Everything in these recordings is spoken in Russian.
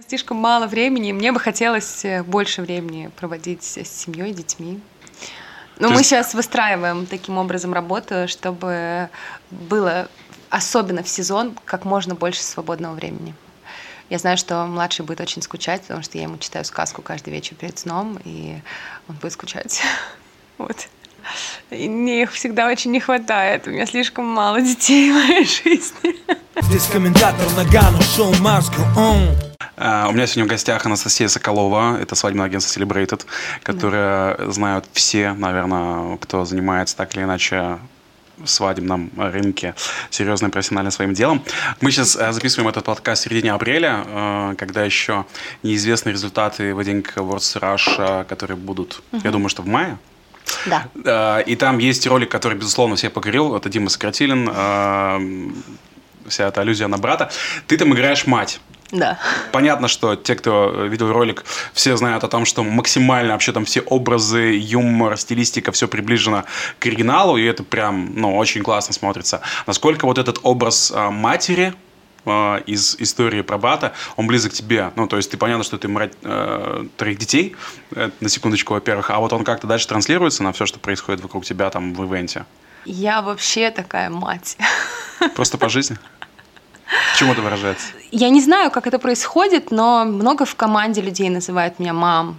Слишком мало времени, мне бы хотелось больше времени проводить с семьей, детьми. Но мы сейчас выстраиваем таким образом работу, чтобы было, особенно в сезон, как можно больше свободного времени. Я знаю, что младший будет очень скучать, потому что я ему читаю сказку каждый вечер перед сном, и он будет скучать. Вот. И мне их всегда очень не хватает. У меня слишком мало детей в моей жизни. Здесь комментатор Нагано, шоу Must Go On. У меня сегодня в гостях Анастасия Соколова, это свадебное агентство Celebrated, которое знают все, наверное, кто занимается так или иначе в свадебном рынке серьезно и профессионально своим делом. Мы сейчас записываем этот подкаст в середине апреля, когда еще неизвестны результаты Wedding Awards Russia, которые будут, я думаю, что в мае. Да. И там есть ролик, который, безусловно, всех покорил. Это Дима Сократилин, вся эта аллюзия на брата. Ты там играешь мать. Да. Понятно, что те, кто видел ролик, все знают о том, что максимально вообще там все образы, юмор, стилистика, все приближено к оригиналу, и это прям, очень классно смотрится. Насколько вот этот образ матери из истории про брата, он близок к тебе? То есть ты понятно, что ты мать 3 детей, на секундочку, во-первых, а вот он как-то дальше транслируется на все, что происходит вокруг тебя там в ивенте? Я вообще такая мать. Просто по жизни? В чем это выражается? Я не знаю, как это происходит, но много в команде людей называют меня мам.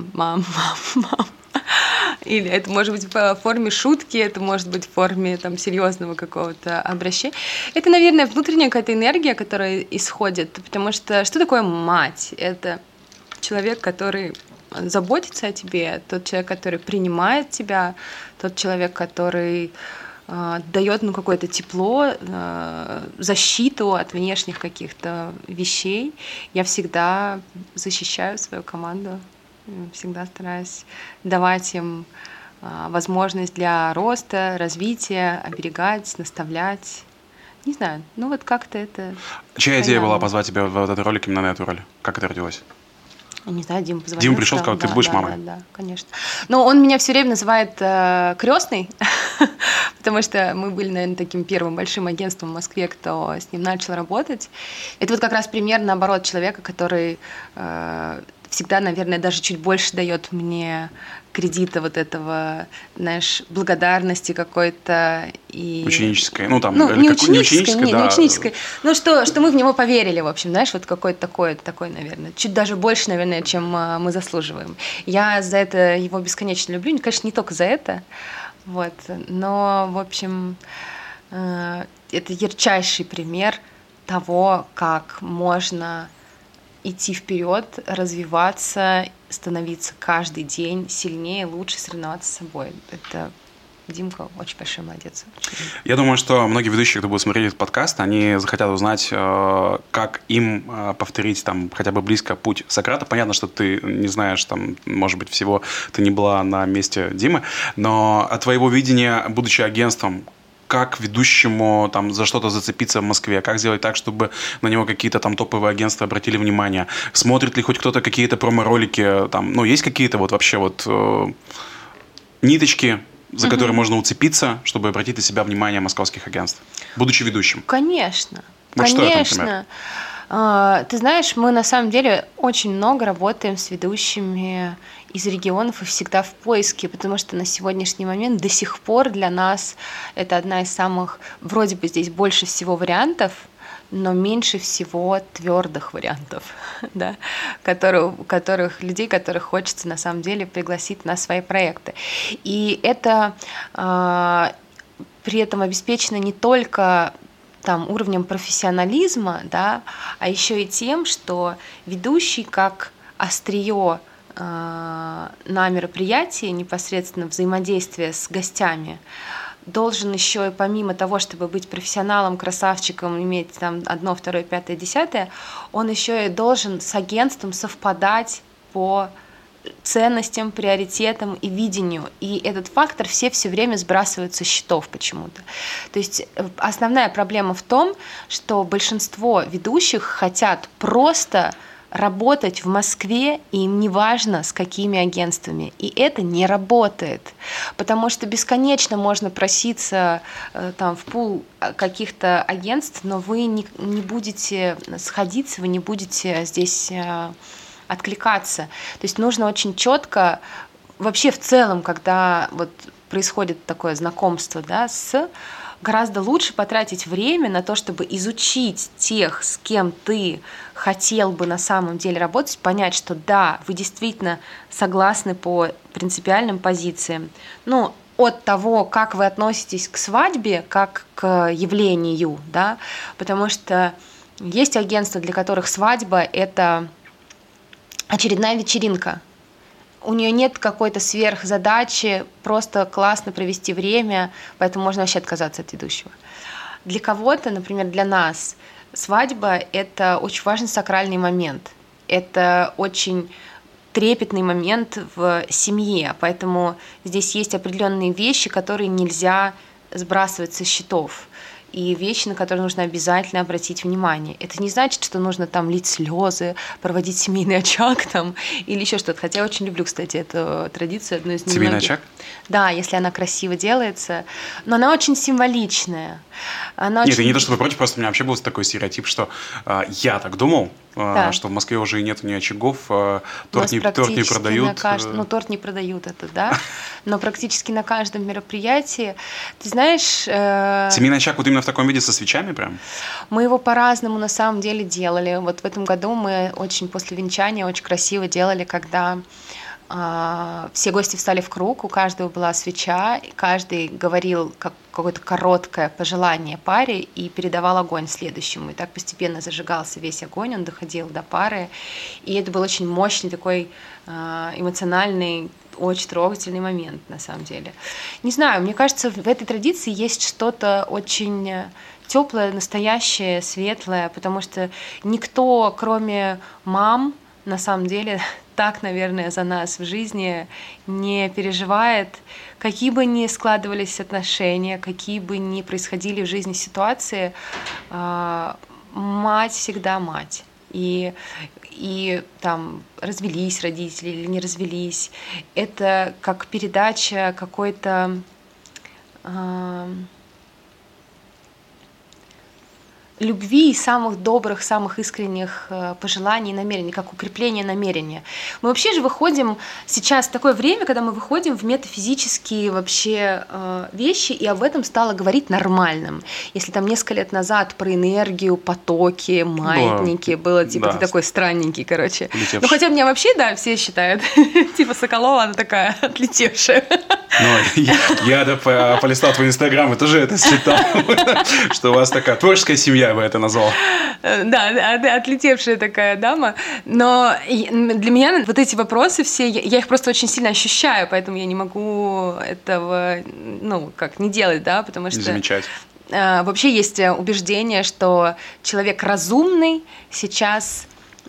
Или это может быть в форме шутки, это может быть в форме серьезного какого-то обращения. Это, наверное, внутренняя какая-то энергия, которая исходит, потому что такое мать? Это человек, который заботится о тебе, тот человек, который принимает тебя, тот человек, который дает какое-то тепло, защиту от внешних каких-то вещей. Я всегда защищаю свою команду, всегда стараюсь давать им возможность для роста, развития, оберегать, наставлять. Не знаю, как-то это... Чья идея была позвать тебя в этот ролик именно на эту роль? Как это родилось? Я не знаю, Дима позвонил. Дима пришел, сказал, ты будешь мамой? Да, конечно. Но он меня все время называет крестной, потому что мы были, наверное, таким первым большим агентством в Москве, кто с ним начал работать. Это как раз пример, наоборот, человека, который всегда, наверное, даже чуть больше дает мне кредита вот этого, знаешь, благодарности какой-то и... Ученической. Не ученической. Что мы в него поверили, в общем, знаешь, вот какой-то такой, наверное, чуть даже больше, наверное, чем мы заслуживаем. Я за это его бесконечно люблю, конечно, не только за это, но, в общем, это ярчайший пример того, как можно идти вперед, развиваться, становиться каждый день сильнее, лучше, соревноваться с собой. Это Димка очень большой молодец. Я думаю, что многие ведущие, кто будет смотреть этот подкаст, они захотят узнать, как им повторить хотя бы близко путь Сократа. Понятно, что ты не знаешь, может быть, всего ты не была на месте Димы, но от твоего видения, будучи агентством, как ведущему за что-то зацепиться в Москве, как сделать так, чтобы на него какие-то топовые агентства обратили внимание, смотрит ли хоть кто-то какие-то промо-ролики, есть какие-то вообще ниточки, за которые можно уцепиться, чтобы обратить на себя внимание московских агентств, будучи ведущим? Конечно. Что это, например? Ты знаешь, мы на самом деле очень много работаем с ведущими из регионов и всегда в поиске, потому что на сегодняшний момент до сих пор для нас это одна из самых, вроде бы здесь больше всего вариантов, но меньше всего твердых вариантов, да, людей, которых хочется на самом деле пригласить на свои проекты. И это при этом обеспечено не только уровнем профессионализма, да, а еще и тем, что ведущий как острие на мероприятии, непосредственно взаимодействие с гостями, должен еще и помимо того, чтобы быть профессионалом, красавчиком, иметь 1, 2, 5, 10, он еще и должен с агентством совпадать по ценностям, приоритетам и видению. И этот фактор все время сбрасывают со счетов почему-то. То есть основная проблема в том, что большинство ведущих хотят просто работать в Москве, и им не важно, с какими агентствами. И это не работает, потому что бесконечно можно проситься там, в пул каких-то агентств, но вы не будете сходиться, вы не будете здесь откликаться. То есть нужно очень четко, вообще в целом, когда вот происходит такое знакомство, да, гораздо лучше потратить время на то, чтобы изучить тех, с кем ты хотел бы на самом деле работать, понять, что да, вы действительно согласны по принципиальным позициям. Ну, от того, как вы относитесь к свадьбе, как к явлению, да, потому что есть агентства, для которых свадьба – это очередная вечеринка. У нее нет какой-то сверхзадачи, просто классно провести время, поэтому можно вообще отказаться от ведущего. Для кого-то, например, для нас, свадьба – это очень важный сакральный момент. Это очень трепетный момент в семье, поэтому здесь есть определенные вещи, которые нельзя сбрасывать со счетов. И вещи, на которые нужно обязательно обратить внимание. Это не значит, что нужно там лить слезы, проводить семейный очаг там, или еще что-то. Хотя я очень люблю, кстати, эту традицию. Одну из немногих. Семейный очаг? Да, если она красиво делается. Но она очень символичная. Нет, не то чтобы против, просто у меня вообще был такой стереотип, что я так думал, да, что в Москве уже нет ни очагов, торт не продают. Торт не продают, это да, но практически на каждом мероприятии. Ты знаешь... Семейный очаг вот именно в таком виде со свечами прям? Мы его по-разному на самом деле делали. Вот в этом году мы после венчания очень красиво делали, когда все гости встали в круг, у каждого была свеча, и каждый говорил какое-то короткое пожелание паре и передавал огонь следующему. И так постепенно зажигался весь огонь, он доходил до пары. И это был очень мощный такой эмоциональный, очень трогательный момент на самом деле. Не знаю, мне кажется, в этой традиции есть что-то очень теплое, настоящее, светлое, потому что никто, кроме мам, на самом деле так, наверное, за нас в жизни не переживает, какие бы ни складывались отношения, какие бы ни происходили в жизни ситуации, мать всегда мать. И там развелись родители или не развелись, это как передача какой-то любви и самых добрых, самых искренних пожеланий и намерений, как укрепление намерения. Мы вообще же выходим сейчас в такое время, когда мы выходим в метафизические вообще вещи, и об этом стало говорить нормальным. Если там несколько лет назад про энергию, потоки, маятники было типа ты такой странненький, короче. Отлетевший. Ну хотя меня вообще, да, все считают, типа Соколова, она такая отлетевшая. Ну, я полистал твой инстаграм и тоже это считал, что у вас такая творческая семья, я бы это назвал. Да, отлетевшая такая дама. Но для меня вот эти вопросы все, я их просто очень сильно ощущаю, поэтому я не могу этого, не делать, да, потому что... Не замечать. Вообще есть убеждение, что человек разумный сейчас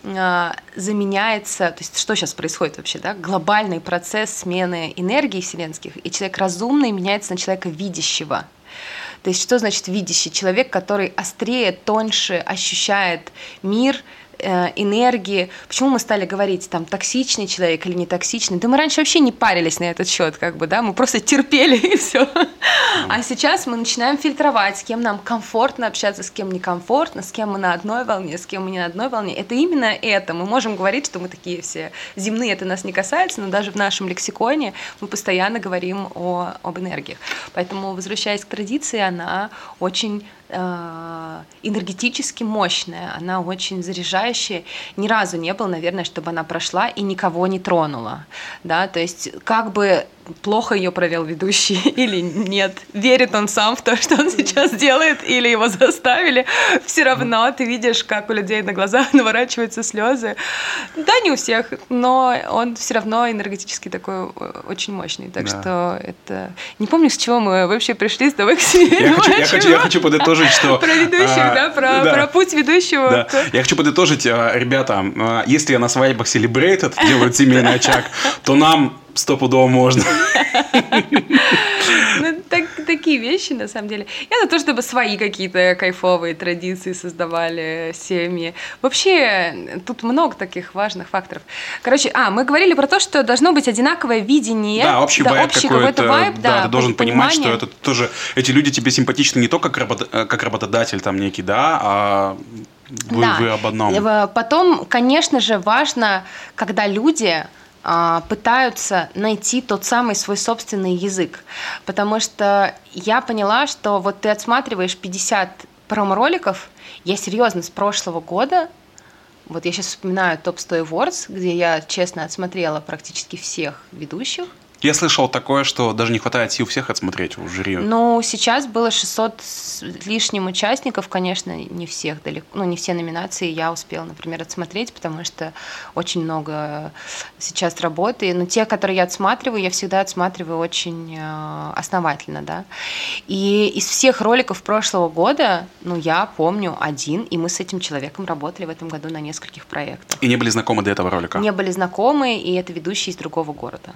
заменяется, то есть что сейчас происходит вообще, да, глобальный процесс смены энергии вселенских, и человек разумный меняется на человека видящего. То есть что значит видящий? Человек, который острее, тоньше ощущает мир, энергии. Почему мы стали говорить, там, токсичный человек или не токсичный? Да мы раньше вообще не парились на этот счет, как бы, да, мы просто терпели и все. А сейчас мы начинаем фильтровать, с кем нам комфортно общаться, с кем некомфортно, с кем мы на одной волне, с кем мы не на одной волне. Это именно это. Мы можем говорить, что мы такие все земные, это нас не касается, но даже в нашем лексиконе мы постоянно говорим об энергиях. Поэтому, возвращаясь к традиции, она очень энергетически мощная, она очень заряжающая. Ни разу не было, наверное, чтобы она прошла и никого не тронула. Да? То есть как бы плохо ее провел ведущий или нет, верит он сам в то, что он сейчас делает, или его заставили, все равно ты видишь, как у людей на глазах наворачиваются слезы. Да, не у всех, но он все равно энергетически такой очень мощный. Так что это... Не помню, с чего мы вообще пришли с тобой к себе. Я хочу подытожить, что... Про ведущих, про путь ведущего. Да. Я хочу подытожить, ребята, если на свадьбах Celebrated делают семейный очаг, то нам стопудово можно. Такие вещи, на самом деле. Я за то, чтобы свои какие-то кайфовые традиции создавали семьи. Вообще, тут много таких важных факторов. Короче, мы говорили про то, что должно быть одинаковое видение. Да, общий вайб какой-то. Вайб, да, ты должен понимать, что это тоже... Эти люди тебе симпатичны не только как работодатель там некий, да, а вы об одном. Потом, конечно же, важно, когда люди пытаются найти тот самый свой собственный язык. Потому что я поняла, что вот ты отсматриваешь 50 промо-роликов, я серьезно с прошлого года, вот я сейчас вспоминаю топ-100 Awards, где я честно отсмотрела практически всех ведущих. Я слышал такое, что даже не хватает сил всех отсмотреть в жюри. Ну, сейчас было 600 с лишним участников, конечно, не всех далеко, не все номинации я успела, например, отсмотреть, потому что очень много сейчас работы, но те, которые я отсматриваю, я всегда отсматриваю очень основательно, да. И из всех роликов прошлого года, я помню один, и мы с этим человеком работали в этом году на нескольких проектах. И не были знакомы до этого ролика? Не были знакомы, и это ведущий из другого города.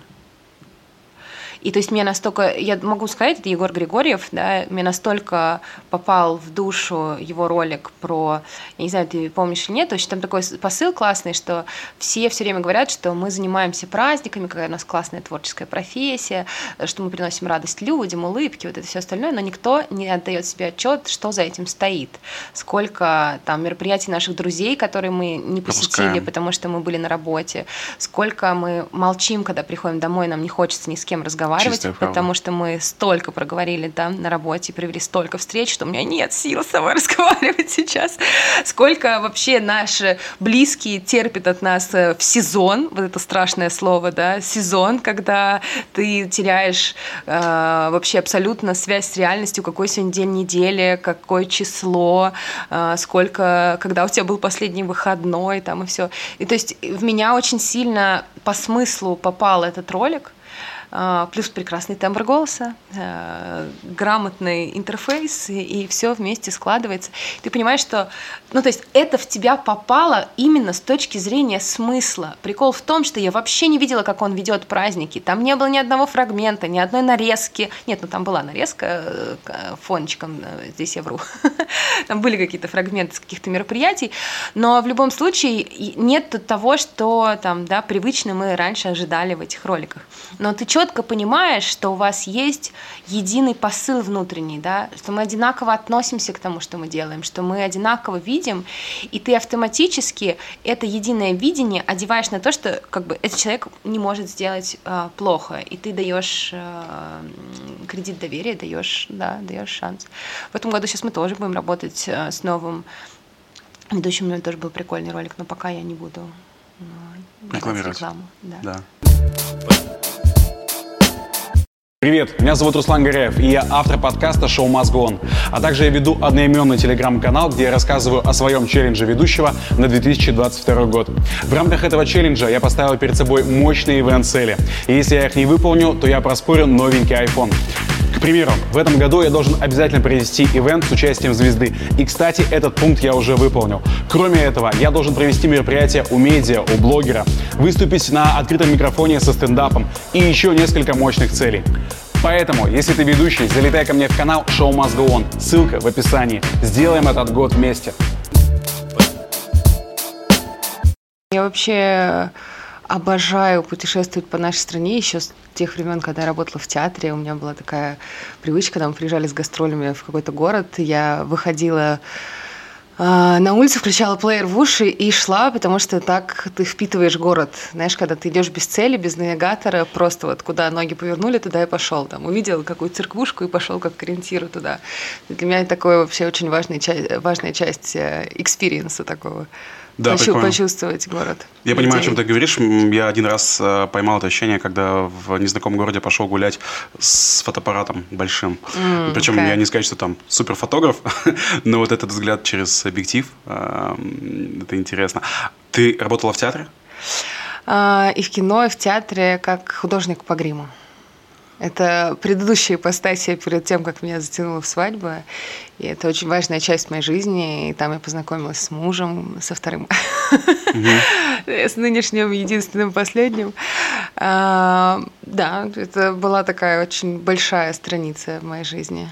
И то есть мне настолько, я могу сказать, это Егор Григорьев, да, мне настолько попал в душу его ролик про, я не знаю, ты помнишь или нет, то есть там такой посыл классный, что все время говорят, что мы занимаемся праздниками, какая у нас классная творческая профессия, что мы приносим радость людям, улыбки, вот это все остальное, но никто не отдает себе отчет, что за этим стоит, сколько там мероприятий наших друзей, которые мы не посетили, потому что мы были на работе, сколько мы молчим, когда приходим домой, нам не хочется ни с кем разговаривать, потому что мы столько проговорили там на работе, провели столько встреч, что у меня нет сил с собой разговаривать сейчас. Сколько вообще наши близкие терпят от нас в сезон, вот это страшное слово, да, сезон, когда ты теряешь вообще абсолютно связь с реальностью, какой сегодня день недели, какое число, сколько, когда у тебя был последний выходной, там и все. И то есть в меня очень сильно по смыслу попал этот ролик, плюс прекрасный тембр голоса, грамотный интерфейс, и все вместе складывается. Ты понимаешь, что, то есть это в тебя попало именно с точки зрения смысла. Прикол в том, что я вообще не видела, как он ведет праздники. Там не было ни одного фрагмента, ни одной нарезки. Нет, там была нарезка фончиком, здесь я вру. Там были какие-то фрагменты с каких-то мероприятий, но в любом случае нет того, что там, да, привычно мы раньше ожидали в этих роликах. Но ты четко понимаешь, что у вас есть единый посыл внутренний, да, что мы одинаково относимся к тому, что мы делаем, что мы одинаково видим, и ты автоматически это единое видение одеваешь на то, что как бы этот человек не может сделать плохо, и ты даешь кредит доверия, даешь шанс. В этом году сейчас мы тоже будем работать с новым ведущим, у него тоже был прикольный ролик, но пока я не буду рекламировать рекламу. Да. Привет, меня зовут Руслан Горяев, и я автор подкаста «Шоу Must Go On». А также я веду одноименный телеграм-канал, где я рассказываю о своем челлендже ведущего на 2022 год. В рамках этого челленджа я поставил перед собой мощные ивент-цели. И если я их не выполню, то я проспорю новенький iPhone. К примеру, в этом году я должен обязательно провести ивент с участием звезды. И, кстати, этот пункт я уже выполнил. Кроме этого, я должен провести мероприятие у медиа, у блогера, выступить на открытом микрофоне со стендапом и еще несколько мощных целей. Поэтому, если ты ведущий, залетай ко мне в канал Show Must Go On. Ссылка в описании. Сделаем этот год вместе. Я вообще обожаю путешествовать по нашей стране еще с тех времен, когда я работала в театре. У меня была такая привычка, когда мы приезжали с гастролями в какой-то город, я выходила на улицу, включала плеер в уши и шла, потому что так ты впитываешь город. Знаешь, когда ты идешь без цели, без навигатора, просто вот куда ноги повернули, туда и пошел. Там увидел какую-то церквушку и пошел как к ориентиру туда. Для меня это такое вообще очень важная часть экспириенса такого. Да, почувствовать город. Я понимаю, о чем ты говоришь. Я один раз поймал это ощущение, когда в незнакомом городе пошел гулять с фотоаппаратом большим. Причем я не сказать, что там суперфотограф, но вот этот взгляд через объектив, это интересно. Ты работала в театре? И в кино, и в театре как художник по гриму. Это предыдущая ипостасия перед тем, как меня затянуло в свадьбу. И это очень важная часть моей жизни. И там я познакомилась с мужем, со вторым. с нынешним единственным последним. Да, это была такая очень большая страница в моей жизни.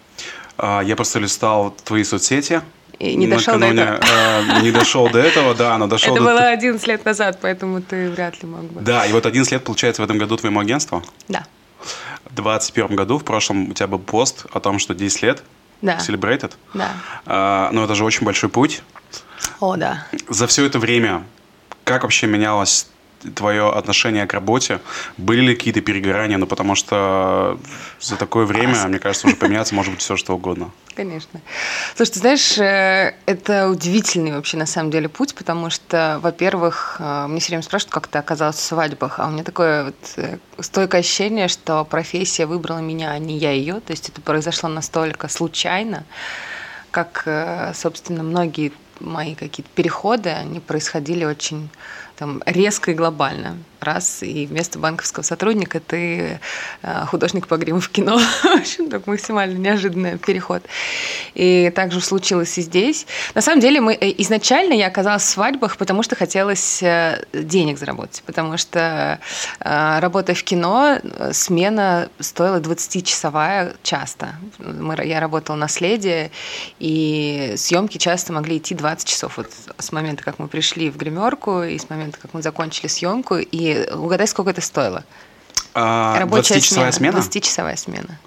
Я просто листал твои соцсети. И не дошел до этого. Не дошел до этого, да, но дошел Это до... было 11 лет назад, поэтому ты вряд ли мог бы. Да, и вот 11 лет, получается, в этом году твоему агентству? Да. В 2021 году, в прошлом, у тебя был пост о том, что 10 лет. Да. Celebrated. Да. Но это же очень большой путь. О, да. За все это время как вообще менялось твое отношение к работе? Были ли какие-то перегорания? Ну, потому что за такое время, мне кажется, уже поменяться может быть все, что угодно. Конечно. Слушай, ты знаешь, это удивительный вообще на самом деле путь, потому что, во-первых, мне все время спрашивают, как ты оказалась в свадьбах, а у меня такое вот стойкое ощущение, что профессия выбрала меня, а не я ее, то есть это произошло настолько случайно, как, собственно, многие мои какие-то переходы, они происходили очень там резко и глобально. Раз, и вместо банковского сотрудника ты художник по гриму в кино. В общем, так максимально неожиданный переход. И также случилось и здесь. На самом деле, изначально я оказалась в свадьбах, потому что хотелось денег заработать. Потому что, работая в кино, смена стоила 20-часовая часто. Я работала на следе, и съемки часто могли идти 20 часов. Вот с момента, как мы пришли в гримерку, и с момента, как мы закончили съемку, и угадай, сколько это стоило? 20-часовая смена? 20-часовая смена.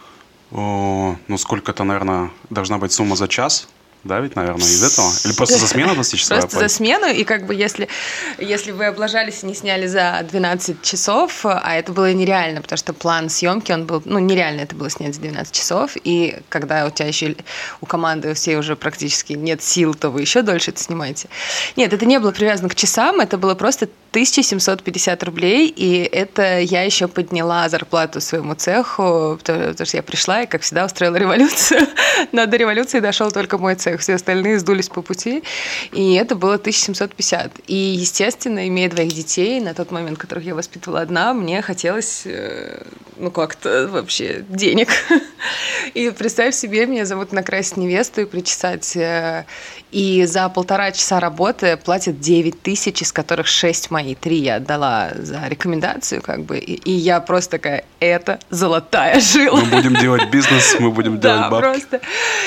О, ну сколько-то, наверное, должна быть сумма за час? Да, ведь, наверное, из этого? Или просто за смену 20-часовая? Просто за смену, и как бы если вы облажались и не сняли за 12 часов, а это было нереально, потому что план съемки, он был, нереально это было снять за 12 часов, и когда у тебя еще у команды всей уже практически нет сил, то вы еще дольше это снимаете. Нет, это не было привязано к часам, это было просто 1750 рублей, и это я еще подняла зарплату своему цеху, потому что я пришла и, как всегда, устроила революцию, но до революции дошел только мой цех, все остальные сдулись по пути, и это было 1750. И, естественно, имея двоих детей, на тот момент, которых я воспитывала одна, мне хотелось, как-то вообще денег. И представь себе, меня зовут накрасить невесту и причесать, и за 1,5 часа работы платят 9 тысяч, из которых 6 мои, 3 я отдала за рекомендацию, как бы, и я просто такая, это золотая жила. Мы будем делать бизнес, мы будем делать бабки. Да, просто.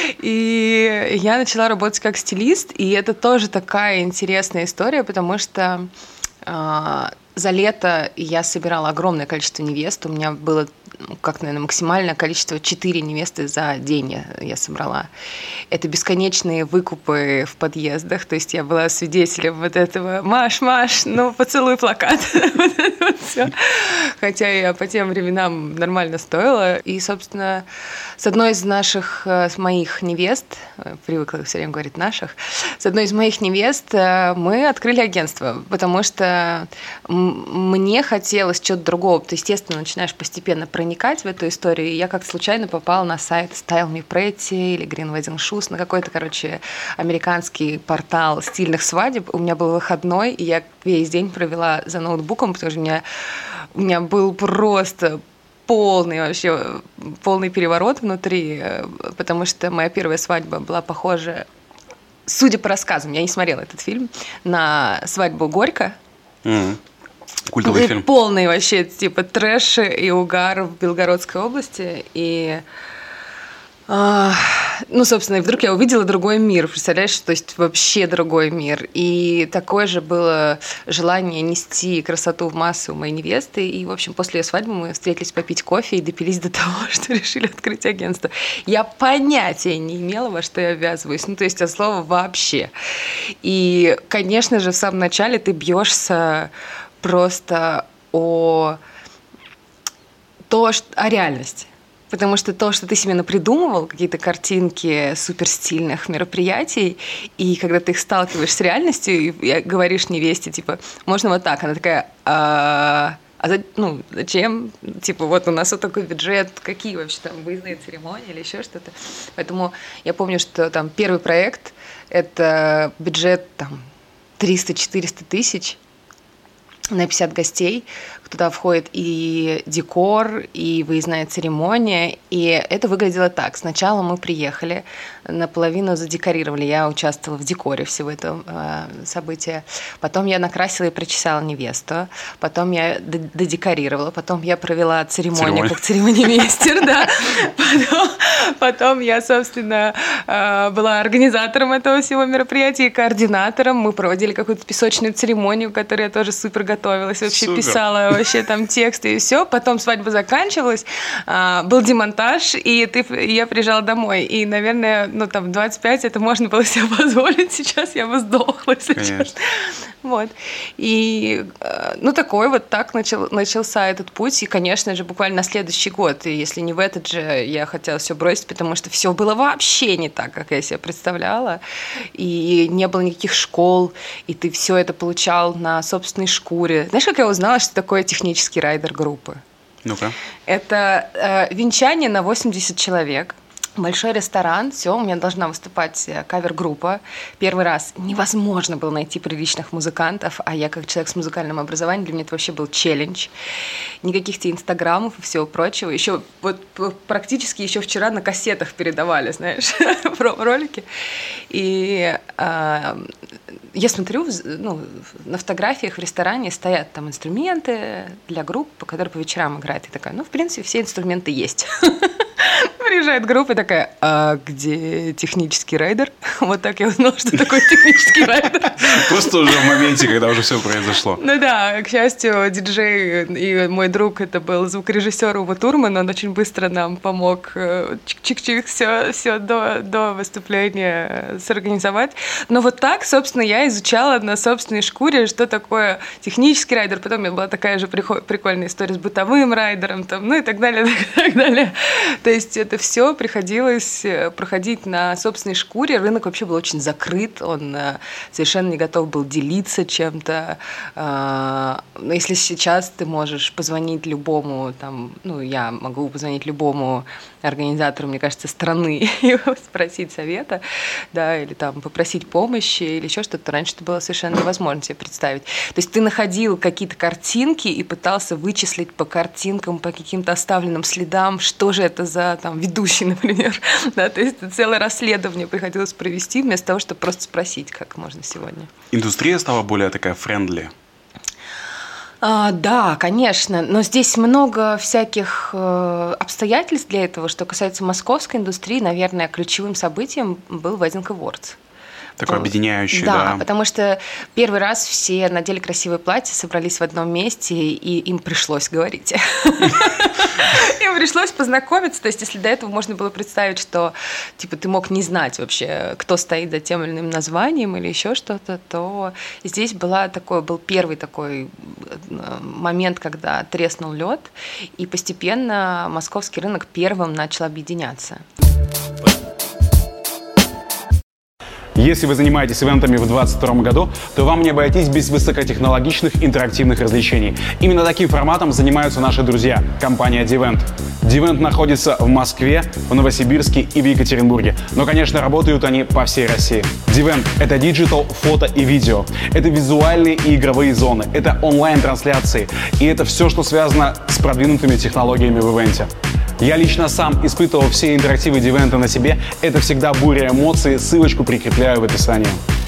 И я начала работать как стилист, и это тоже такая интересная история, потому что за лето я собирала огромное количество невест, у меня было, наверное, максимальное количество 4 невесты за день я собрала. Это бесконечные выкупы в подъездах, то есть я была свидетелем вот этого «Маш, поцелуй плакат». Вот это вот всё. Хотя я по тем временам нормально стоила. И, собственно, с одной из моих невест, привыкла все время говорить наших, с одной из моих невест мы открыли агентство, потому что мне хотелось чего-то другого. Ты, естественно, начинаешь постепенно проникать в эту историю. И я как-то случайно попала на сайт Style Me Pretty или Green Wedding Shoes, на какой-то, американский портал стильных свадеб. У меня был выходной, и я весь день провела за ноутбуком, потому что у меня был просто полный переворот внутри, потому что моя первая свадьба была похожа, судя по рассказам, я не смотрела этот фильм, на свадьбу Горько. Культовый фильм. Полный вообще типа трэш и угар в Белгородской области. И, собственно, и вдруг я увидела другой мир, представляешь, то есть вообще другой мир. И такое же было желание нести красоту в массы у моей невесты. И, в общем, после ее свадьбы мы встретились попить кофе и допились до того, что решили открыть агентство. Я понятия не имела, во что я ввязываюсь. То есть от слова «вообще». И, конечно же, в самом начале ты бьешься просто о реальности. Потому что то, что ты себе напридумывал, какие-то картинки суперстильных мероприятий, и когда ты их сталкиваешь с реальностью и говоришь невесте, типа, можно вот так, она такая, зачем? Типа, вот у нас вот такой бюджет, какие вообще там выездные церемонии или еще что-то. Поэтому я помню, что там первый проект, это бюджет там 300-400 тысяч. на 50 гостей. Туда входит и декор, и выездная церемония. И это выглядело так. Сначала мы приехали, наполовину задекорировали. Я участвовала в декоре всего этого события. Потом я накрасила и причесала невесту. Потом я додекорировала. Потом я провела церемонию как церемонимейстер. Да. Потом я, собственно, была организатором этого всего мероприятия и координатором. Мы проводили какую-то песочную церемонию, которую я тоже супер готовилась. Вообще писала вообще там тексты и все. Потом свадьба заканчивалась, был демонтаж, и я приезжала домой. И, наверное, в 25 это можно было себе позволить. Сейчас я бы сдохла, если честно. Вот. И, такой вот так начался этот путь. И, конечно же, буквально на следующий год, и если не в этот же, я хотела все бросить, потому что все было вообще не так, как я себе представляла. И не было никаких школ, и ты все это получал на собственной шкуре. Знаешь, как я узнала, что такое технический райдер группы? Ну-ка. Это венчание на 80 человек. Большой ресторан, все, у меня должна выступать кавер-группа. Первый раз невозможно было найти приличных музыкантов, а я как человек с музыкальным образованием, для меня это вообще был челлендж. Никаких тебе инстаграмов и всего прочего. Еще практически еще вчера на кассетах передавали, знаешь, ролики. И я смотрю, на фотографиях в ресторане стоят там инструменты для группы, которые по вечерам играют. И такая, в принципе, все инструменты есть. Приезжает группа и такая, а где технический райдер? Вот так я узнала, что такое технический райдер. Просто уже в моменте, когда уже все произошло. Ну да, к счастью, диджей и мой друг, это был звукорежиссер Ува Турман, он очень быстро нам помог чик-чик-чик все до выступления сорганизовать. Но вот так, собственно, я изучала на собственной шкуре, что такое технический райдер. Потом у меня была такая же прикольная история с бытовым райдером, и так далее, так далее. То есть это все приходилось проходить на собственной шкуре. Рынок вообще был очень закрыт, он совершенно не готов был делиться чем-то. Но если сейчас ты можешь позвонить любому, я могу позвонить любому организатору, мне кажется, страны и спросить совета, да, или попросить помощи, или еще что-то, то раньше это было совершенно невозможно себе представить. То есть ты находил какие-то картинки и пытался вычислить по картинкам, по каким-то оставленным следам, что же это за ведущий, например. Да, то есть целое расследование приходилось провести вместо того, чтобы просто спросить, как можно сегодня. Индустрия стала более такая френдли. Да, конечно, но здесь много всяких обстоятельств для этого. Что касается московской индустрии, наверное, ключевым событием был Wedding Awards. Такой объединяющий, да. Да, потому что первый раз все надели красивые платья, собрались в одном месте, и им пришлось говорить. Им пришлось познакомиться. То есть, если до этого можно было представить, что ты мог не знать вообще, кто стоит за тем или иным названием или еще что-то, то здесь был первый такой момент, когда треснул лед, и постепенно московский рынок первым начал объединяться. Если вы занимаетесь ивентами в 2022 году, то вам не обойтись без высокотехнологичных интерактивных развлечений. Именно таким форматом занимаются наши друзья, компания Divent. Divent находится в Москве, в Новосибирске и в Екатеринбурге. Но, конечно, работают они по всей России. Divent — это диджитал, фото и видео. Это визуальные и игровые зоны. Это онлайн-трансляции. И это все, что связано с продвинутыми технологиями в ивенте. Я лично сам испытывал все интерактивы Divent на себе. Это всегда буря эмоций. Ссылочку прикрепляю в описании.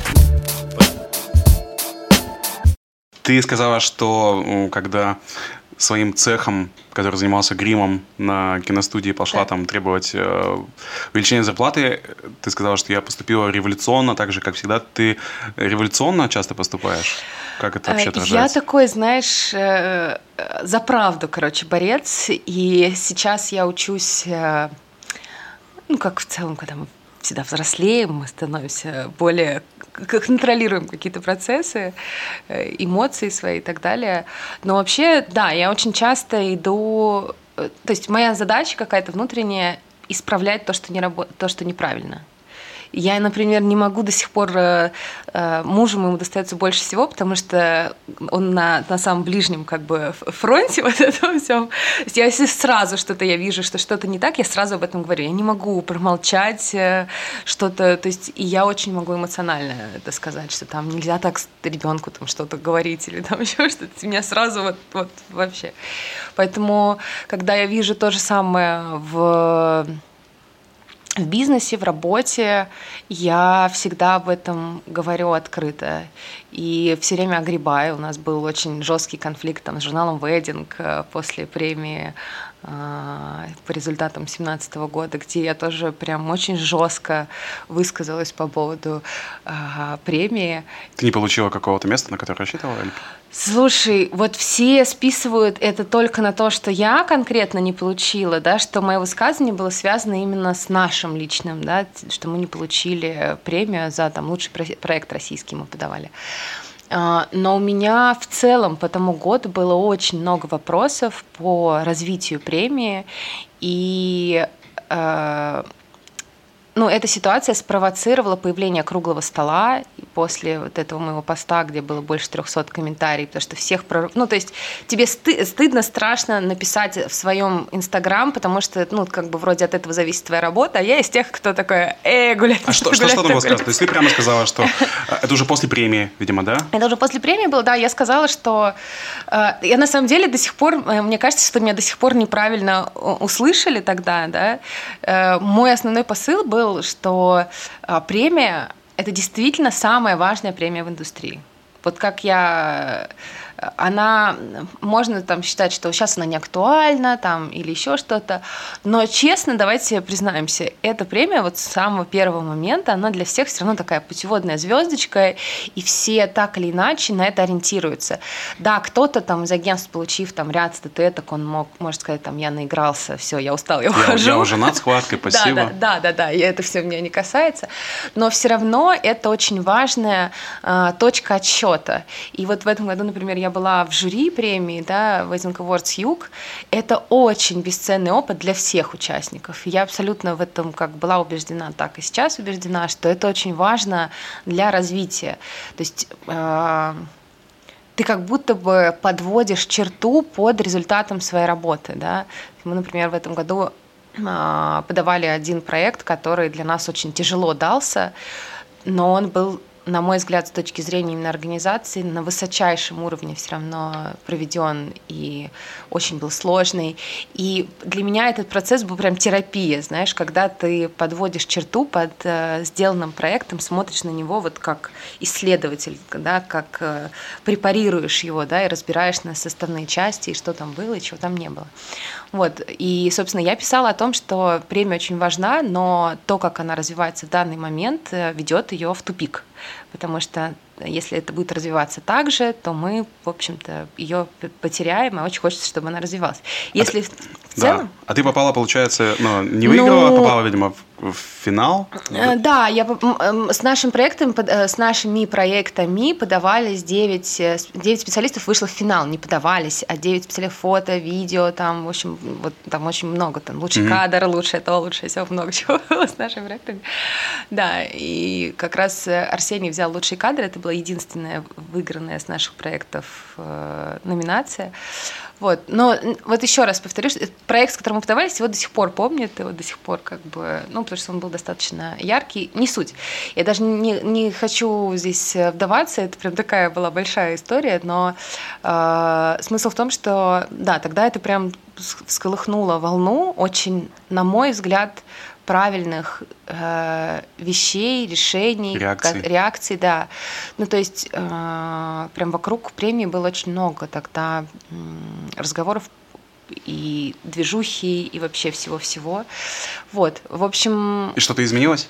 Ты сказала, что когда своим цехом, который занимался гримом на киностудии, пошла требовать увеличения зарплаты, ты сказала, что я поступила революционно, так же, как всегда. Ты революционно часто поступаешь? Как это вообще отражается? Я такой, знаешь, за правду, борец. И сейчас я учусь, как в целом, когда мы всегда взрослеем, мы становимся более... контролируем какие-то процессы, эмоции свои и так далее. Но вообще, да, я очень часто иду... То есть моя задача какая-то внутренняя — исправлять то, что неправильно. Я, например, не могу до сих пор, мужу моему достается больше всего, потому что он на самом ближнем как бы фронте вот этого всего. Если сразу что-то я вижу, что что-то не так, я сразу об этом говорю. Я не могу промолчать что-то, то есть и я очень могу эмоционально это сказать, что там нельзя так ребенку там что-то говорить или там еще что-то. Меня сразу вот вообще. Поэтому, когда я вижу то же самое в бизнесе, в работе, я всегда об этом говорю открыто и все время огребаю. У нас был очень жесткий конфликт там, с журналом Wedding после премии по результатам 2017 года, где я тоже прям очень жестко высказалась по поводу премии. Ты не получила какого-то места, на которое рассчитывала? Или? Слушай, вот все списывают это только на то, что я конкретно не получила, да, что мое высказывание было связано именно с нашим личным, да, что мы не получили премию за там, лучший проект российский мы подавали. Но у меня в целом по тому году было очень много вопросов по развитию премии, и эта ситуация спровоцировала появление круглого стола после вот этого моего поста, где было больше 300 комментариев, потому что всех... то есть тебе стыдно, страшно написать в своем Инстаграм, потому что, как бы вроде от этого зависит твоя работа, а я из тех, кто такой, гулять. А что там было сказано? То есть ты прямо сказала, что это уже после премии, видимо, да? Это уже после премии было, да. Я сказала, что... Я на самом деле до сих пор... Мне кажется, что меня до сих пор неправильно услышали тогда, да. Мой основной посыл был, что премия – это действительно самая важная премия в индустрии. Вот как она, можно там считать, что сейчас она не актуальна там, или еще что-то, но честно, давайте признаемся, эта премия вот с самого первого момента, она для всех все равно такая путеводная звездочка, и все так или иначе на это ориентируются. Да, кто-то там из агентств, получив там ряд статуэток, он может сказать, там, я наигрался, все, я устал, я ухожу. Я уже над схваткой, спасибо. Да, и это все меня не касается, но все равно это очень важная точка отсчета. И вот в этом году, например, я была в жюри премии, да, Wedding Awards Юг. Это очень бесценный опыт для всех участников. Я абсолютно в этом как была убеждена, так и сейчас убеждена, что это очень важно для развития. То есть ты как будто бы подводишь черту под результатом своей работы, да. Мы, например, в этом году подавали один проект, который для нас очень тяжело дался, но он был, на мой взгляд, с точки зрения именно организации, на высочайшем уровне все равно проведен и очень был сложный. И для меня этот процесс был прям терапия, знаешь, когда ты подводишь черту под сделанным проектом, смотришь на него вот как исследователь, да, как препарируешь его, да, и разбираешь на составные части, и что там было, и чего там не было. Вот. И, собственно, я писала о том, что премия очень важна, но то, как она развивается в данный момент, ведет ее в тупик. Потому что если это будет развиваться так же, то мы, в общем-то, ее потеряем, и очень хочется, чтобы она развивалась. Если в целом... Да. А ты попала, получается, не выиграла, а попала, видимо, в финал? Да, я с нашим проектом, с нашими проектами подавались 9 специалистов, вышло в финал, не подавались, а 9 специалистов фото, видео, там, в общем, вот там очень много, там, лучший кадр, лучшее то, лучшее все, много чего было с нашими проектами. Да, и как раз Арсений взял лучший кадр, это была единственная выигранная с наших проектов номинация. Вот. Но вот еще раз повторюсь, проект, с которым мы подавались, его до сих пор помнят, его до сих пор как бы, потому что он был достаточно яркий, не суть. Я даже не хочу здесь вдаваться, это прям такая была большая история, но смысл в том, что, да, тогда это прям всколыхнуло волну очень, на мой взгляд, правильных вещей, решений, реакций, да. То есть прям вокруг премии было очень много тогда разговоров и движухи, и вообще всего-всего. Вот, в общем... И что-то изменилось?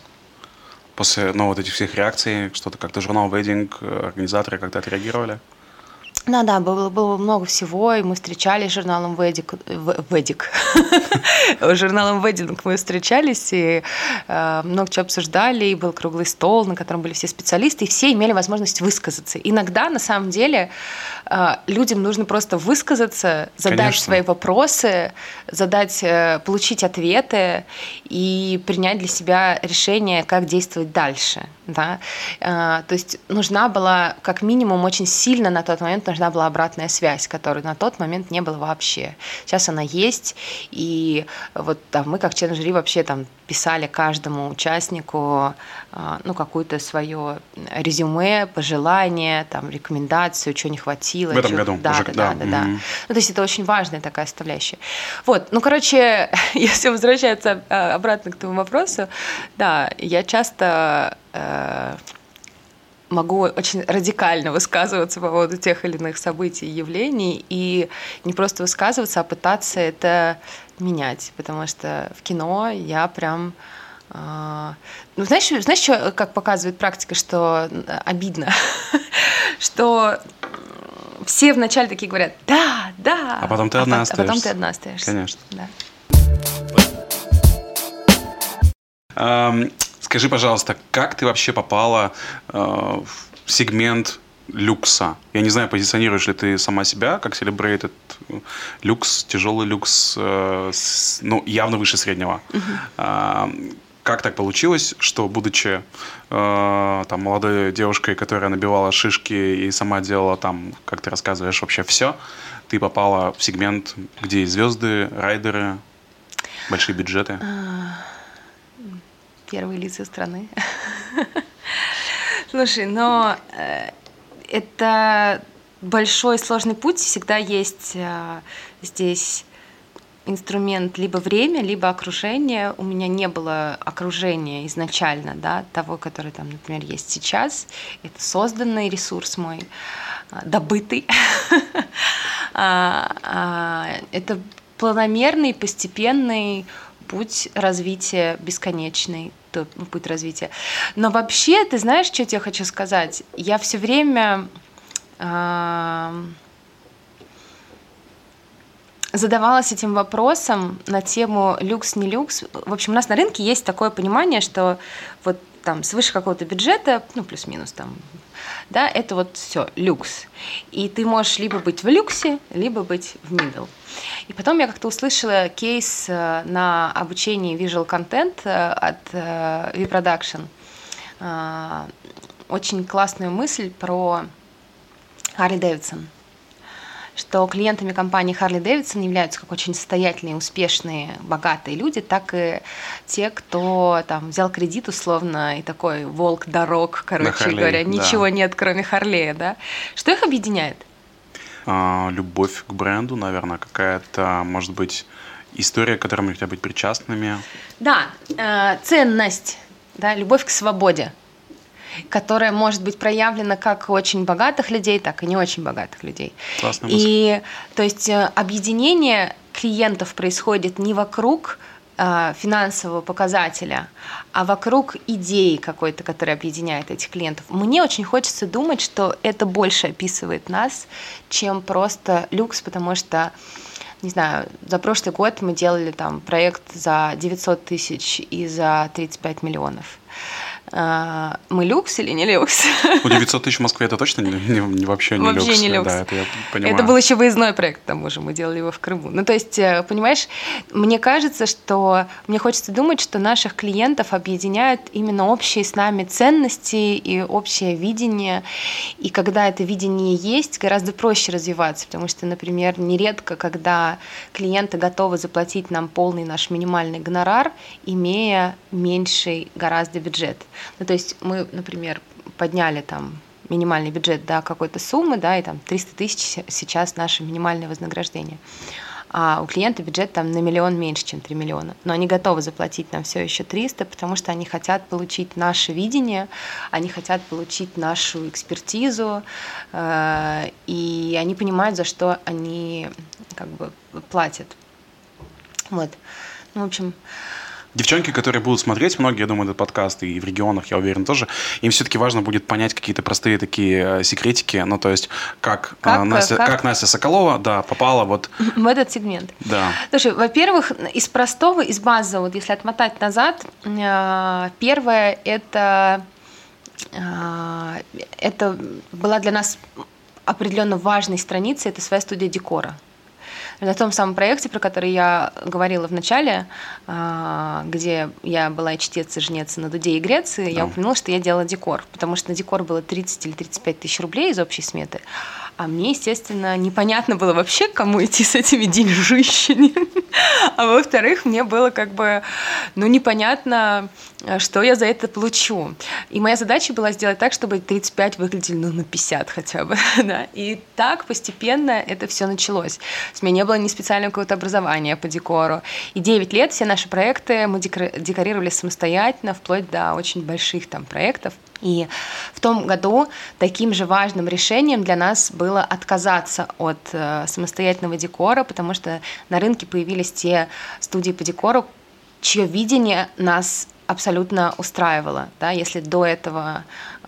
После вот этих всех реакций, что-то как-то журнал Wedding, организаторы как-то отреагировали? Да, было много всего, и мы встречались с журналом «Ведик». С журналом «Вединг» мы встречались, и много чего обсуждали, и был круглый стол, на котором были все специалисты, и все имели возможность высказаться. Иногда, на самом деле, людям нужно просто высказаться, задать свои вопросы, получить ответы и принять для себя решение, как действовать дальше. Да? То есть нужна была, как минимум, очень сильно на тот момент нужна была обратная связь, которой на тот момент не было вообще. Сейчас она есть, и вот там мы как член жюри вообще там писали каждому участнику какое-то свое резюме, пожелание, там, рекомендацию, что не хватило. В этом году? Да. Ну, то есть это очень важная такая составляющая. Вот, если возвращаться обратно к твоему вопросу, да, я часто могу очень радикально высказываться по поводу тех или иных событий и явлений, и не просто высказываться, а пытаться это менять, потому что в кино я прям... знаешь, что, как показывает практика, что обидно? Что все вначале такие говорят «да». А потом ты одна остаешься. А потом ты одна остаешься. Конечно. Да. Скажи, пожалуйста, как ты вообще попала в сегмент люкса? Я не знаю, позиционируешь ли ты сама себя как celebrated люкс, тяжелый люкс, явно выше среднего. Как так получилось, что, будучи молодой девушкой, которая набивала шишки и сама делала там, как ты рассказываешь, вообще все, ты попала в сегмент, где и звезды, райдеры, большие бюджеты? Первые лица страны. Слушай, но это большой сложный путь. Всегда есть здесь инструмент либо время, либо окружение. У меня не было окружения изначально, да, того, который там, например, есть сейчас. Это созданный ресурс мой, добытый. Это планомерный, постепенный путь развития, бесконечный путь развития. Но вообще, ты знаешь, что я тебе хочу сказать? Я все время задавалась этим вопросом на тему люкс, не люкс. В общем, у нас на рынке есть такое понимание, что вот там свыше какого-то бюджета, плюс-минус там, да, это вот все люкс. И ты можешь либо быть в люксе, либо быть в middle. И потом я как-то услышала кейс на обучении Visual Content от V-Production. Очень классную мысль про Harley Davidson, что клиентами компании Harley Davidson являются как очень состоятельные, успешные, богатые люди, так и те, кто там взял кредит условно и такой волк дорог, короче говоря, ничего нет, кроме Харлея, да. Что их объединяет? Любовь к бренду, наверное, какая-то, может быть, история, к которой мы хотим быть причастными. Да, ценность, да, любовь к свободе, которая может быть проявлена как у очень богатых людей, так и не очень богатых людей. Классная мысль. И то есть объединение клиентов происходит не вокруг финансового показателя, а вокруг идеи какой-то, которая объединяет этих клиентов. Мне очень хочется думать, что это больше описывает нас, чем просто люкс, потому что, не знаю, за прошлый год мы делали там проект за 900 тысяч и за 35 миллионов. Мы люкс или не люкс? 900 тысяч в Москве это точно вообще не люкс. Вообще не люкс. Да, это я понимаю. Это был еще выездной проект, к тому же, мы делали его в Крыму. Ну, то есть, понимаешь, мне кажется, что мне хочется думать, что наших клиентов объединяют именно общие с нами ценности и общее видение. И когда это видение есть, гораздо проще развиваться, потому что, например, нередко, когда клиенты готовы заплатить нам полный наш минимальный гонорар, имея меньший гораздо бюджет. Ну, то есть мы, например, подняли там минимальный бюджет до какой-то суммы, да, и там 300 тысяч сейчас наше минимальное вознаграждение. А у клиента бюджет там на миллион меньше, чем 3 миллиона. Но они готовы заплатить нам все еще 300, потому что они хотят получить наше видение, они хотят получить нашу экспертизу, и они понимают, за что они как бы платят. Вот. Ну, в общем, Девчонки, которые будут смотреть, многие, я думаю, этот подкаст, и в регионах, я уверен, тоже, им все-таки важно будет понять какие-то простые такие секретики, ну, то есть, как Настя Соколова, да, попала вот... В этот сегмент. Да. Слушай, во-первых, из простого, из базового, вот если отмотать назад, первое, это была для нас определенно важной страницей, это своя студия декора. На том самом проекте, про который я говорила в начале, где я была и чтец, и жнец на Дуде и Греции, я упомянула, что я делала декор, потому что на декор было 30 или 35 тысяч рублей из общей сметы, а мне, естественно, непонятно было вообще, к кому идти с этими деньжищами. А во-вторых, мне было непонятно, что я за это получу. И моя задача была сделать так, чтобы 35 выглядели на 50 хотя бы. Да? И так постепенно это все началось. То есть у меня не было ни специального какого-то образования по декору. И 9 лет все наши проекты мы декорировали самостоятельно, вплоть до очень больших там проектов. И в том году таким же важным решением для нас было отказаться от самостоятельного декора, потому что на рынке появились те студии по декору, чье видение нас абсолютно устраивало. Да? Если до этого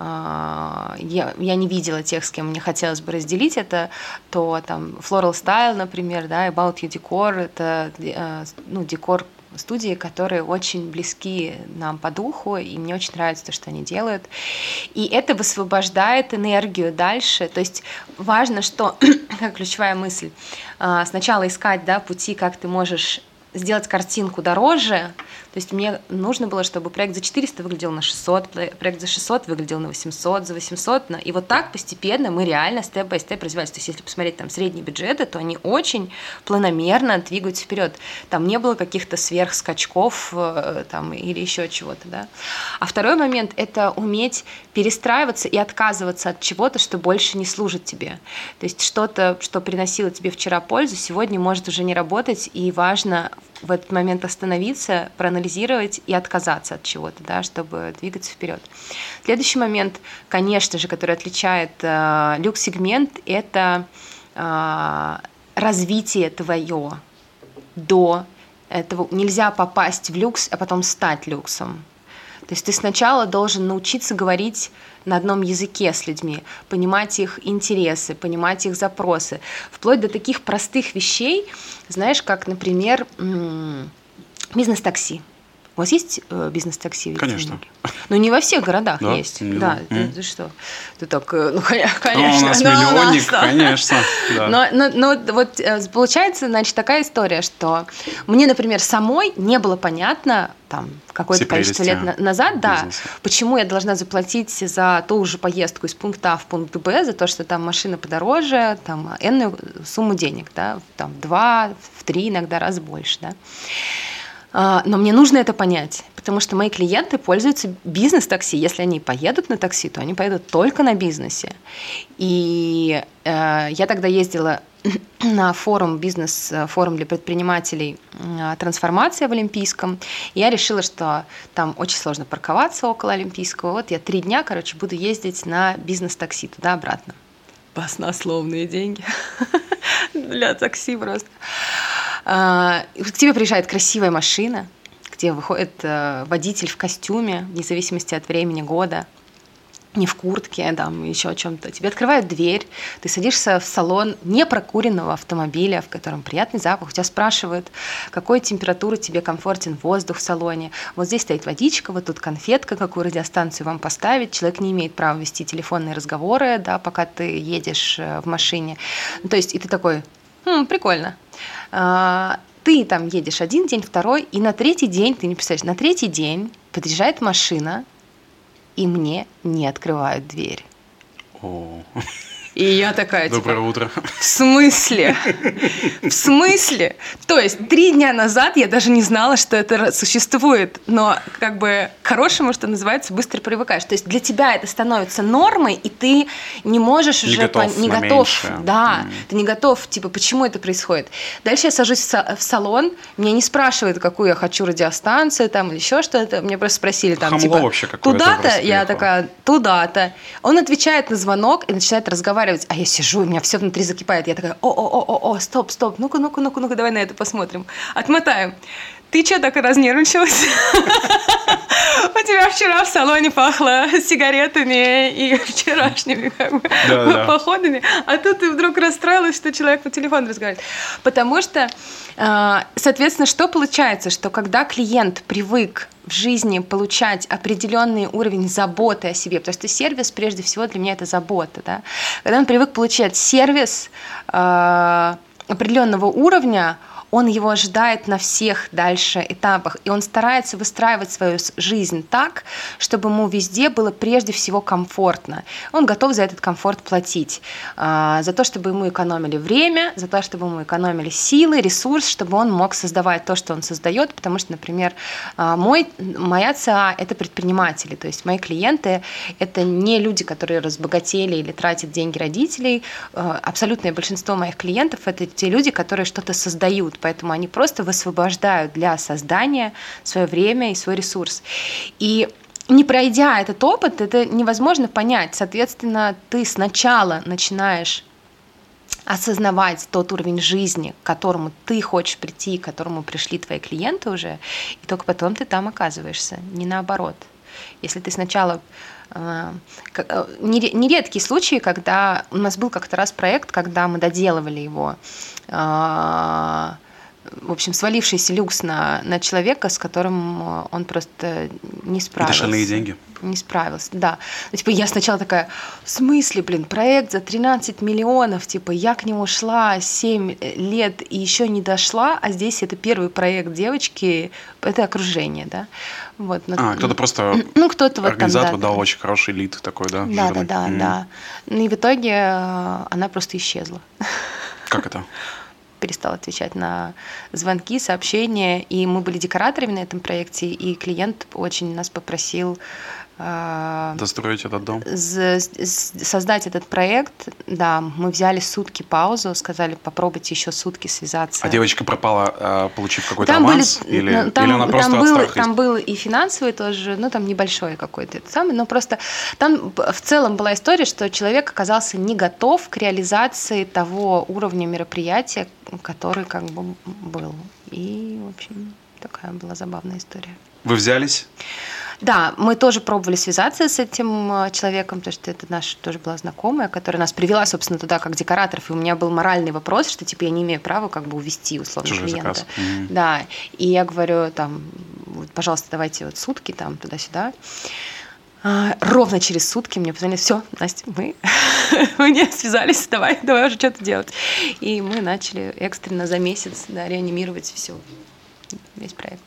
я не видела тех, с кем мне хотелось бы разделить это, то там Floral Style, например, да, About You Decor, это декор студии, которые очень близки нам по духу, и мне очень нравится то, что они делают. И это высвобождает энергию дальше. То есть важно, что, как ключевая мысль, сначала искать, да, пути, как ты можешь сделать картинку дороже. То есть мне нужно было, чтобы проект за 400 выглядел на 600, проект за 600 выглядел на 800, за 800. И вот так постепенно мы реально степ-бай-степ развивались. То есть если посмотреть там средние бюджеты, то они очень планомерно двигаются вперед. Там не было каких-то сверхскачков там, или еще чего-то. Да? А второй момент – это уметь перестраиваться и отказываться от чего-то, что больше не служит тебе. То есть что-то, что приносило тебе вчера пользу, сегодня может уже не работать, и важно в этот момент остановиться, проанализировать и отказаться от чего-то, да, чтобы двигаться вперед. Следующий момент, конечно же, который отличает люкс-сегмент, это развитие твое до этого. Нельзя попасть в люкс, а потом стать люксом. То есть ты сначала должен научиться говорить на одном языке с людьми, понимать их интересы, понимать их запросы, вплоть до таких простых вещей, знаешь, как, например, бизнес-такси. У вас есть бизнес-такси? Конечно. Ну, не во всех городах да? есть. Да, ты что? Ты так, конечно. У нас миллионник, конечно. Да. Но вот получается, значит, такая история, что мне, например, самой не было понятно, там, какое-то количество лет назад, да, почему я должна заплатить за ту же поездку из пункта А в пункт Б, за то, что там машина подороже, там, энную сумму денег, да, там, 2, в 3 иногда раз больше, да. Но мне нужно это понять, потому что мои клиенты пользуются бизнес-такси. Если они поедут на такси, то они поедут только на бизнесе. И я тогда ездила на форум, бизнес-форум для предпринимателей «Трансформация» в Олимпийском. И я решила, что там очень сложно парковаться около Олимпийского. Вот я 3 дня, буду ездить на бизнес-такси туда-обратно. Баснословные деньги для такси просто. К тебе приезжает красивая машина, где выходит водитель в костюме, вне зависимости от времени года, не в куртке, там, еще о чем-то. Тебе открывают дверь, ты садишься в салон непрокуренного автомобиля, в котором приятный запах. У тебя спрашивают, какой температуры тебе комфортен воздух в салоне. Вот здесь стоит водичка, вот тут конфетка, какую радиостанцию вам поставить. Человек не имеет права вести телефонные разговоры, да, пока ты едешь в машине. Ну, то есть, и ты такой, прикольно. Ты там едешь 1 день, 2, и на 3-й день, ты не представляешь, на 3-й день подъезжает машина, и мне не открывают дверь. О. И я такая, доброе утро. В смысле? В смысле? То есть 3 дня назад я даже не знала, что это существует, но как бы к хорошему, что называется, быстро привыкаешь. То есть для тебя это становится нормой, и ты не можешь уже... Не готов. Да, ты не готов, типа, почему это происходит. Дальше я сажусь в салон, меня не спрашивают, какую я хочу радиостанцию там или еще что-то. Мне просто спросили там, хамло вообще какое-то. Туда-то? Я такая, туда-то. Он отвечает на звонок и начинает разговаривать. А я сижу, у меня все внутри закипает. Я такая, стоп, ну-ка, давай на это посмотрим. Отмотаем. ты что так разнервничалась? У тебя вчера в салоне пахло сигаретами и вчерашними походами, а тут ты вдруг расстроилась, что человек по телефону разговаривает. Потому что, соответственно, что получается? Что когда клиент привык в жизни получать определенный уровень заботы о себе, потому что сервис, прежде всего, для меня это забота, да? Когда он привык получать сервис определенного уровня, он его ожидает на всех дальше этапах, и он старается выстраивать свою жизнь так, чтобы ему везде было прежде всего комфортно. Он готов за этот комфорт платить, за то, чтобы ему экономили время, за то, чтобы ему экономили силы, ресурс, чтобы он мог создавать то, что он создает, потому что, например, моя ЦА – это предприниматели, то есть мои клиенты – это не люди, которые разбогатели или тратят деньги родителей. Абсолютное большинство моих клиентов – это те люди, которые что-то создают, поэтому они просто высвобождают для создания свое время и свой ресурс. И не пройдя этот опыт, это невозможно понять. Соответственно, ты сначала начинаешь осознавать тот уровень жизни, к которому ты хочешь прийти, к которому пришли твои клиенты уже, и только потом ты там оказываешься, не наоборот. Если ты сначала... Нередкие случаи, когда у нас был как-то раз проект, когда мы доделывали его, в общем, свалившийся люкс на человека, с которым он просто не справился. Дошельные деньги. Не справился, да. Ну, типа, я сначала такая, в смысле, проект за 13 миллионов, типа, я к нему шла 7 лет и еще не дошла, а здесь это первый проект девочки, это окружение, да. Вот, кто-то просто кто-то организатору вот там, дал очень хороший лид такой, да? Да. Ну и в итоге она просто исчезла. Как это? Перестал отвечать на звонки, сообщения, и мы были декораторами на этом проекте, и клиент очень нас попросил достроить этот дом? Создать этот проект, да, мы взяли сутки паузу, сказали, попробуйте еще сутки связаться. А девочка пропала, получив какой-то аванс? Или она просто от страха? Там был и финансовый тоже, там небольшой какой-то самый, но просто там в целом была история, что человек оказался не готов к реализации того уровня мероприятия, который как бы был. И, в общем, такая была забавная история. Вы взялись? Да, мы тоже пробовали связаться с этим человеком, потому что это наша тоже была знакомая, которая нас привела, собственно, туда как декораторов, и у меня был моральный вопрос, что типа я не имею права как бы увести условно чужой клиента. Заказ. Да, и я говорю, пожалуйста, давайте вот сутки туда-сюда. Ровно через сутки мне позвонили, все, Настя, мы не связались, давай уже что-то делать. И мы начали экстренно за месяц реанимировать весь проект.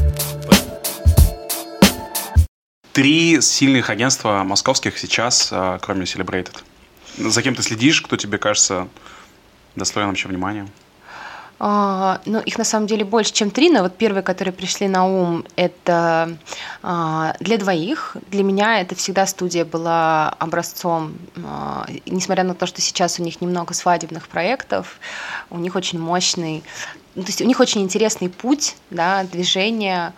3 сильных агентства московских сейчас, кроме Celebrated. За кем ты следишь, кто тебе кажется достоин вообще внимания? Их на самом деле больше, чем 3, но вот первые, которые пришли на ум, это для двоих. Для меня это всегда студия была образцом, несмотря на то, что сейчас у них немного свадебных проектов, у них очень мощный, то есть у них очень интересный путь, да, движения.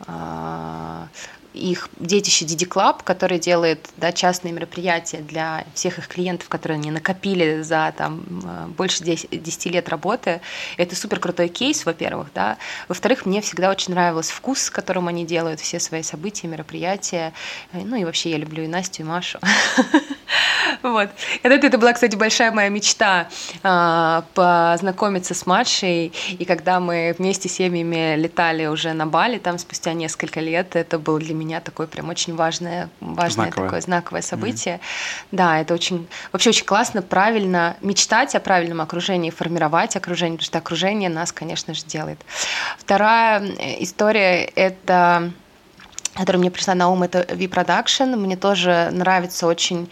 Их детище Didi Club, который делает частные мероприятия для всех их клиентов, которые они накопили за больше 10 лет работы. Это супер крутой кейс, во-первых. Да. Во-вторых, мне всегда очень нравился вкус, с которым они делают все свои события, мероприятия. Ну и вообще я люблю и Настю, и Машу. Вот. Это была, кстати, большая моя мечта познакомиться с Машей. И когда мы вместе с семьями летали уже на Бали, там спустя несколько лет, это был для меня такое прям очень важное такое знаковое событие. Да, это вообще очень классно, правильно мечтать о правильном окружении, формировать окружение, потому что окружение нас, конечно же, делает. Вторая история – это... которая мне пришла на ум, это V-Production. Мне тоже нравится очень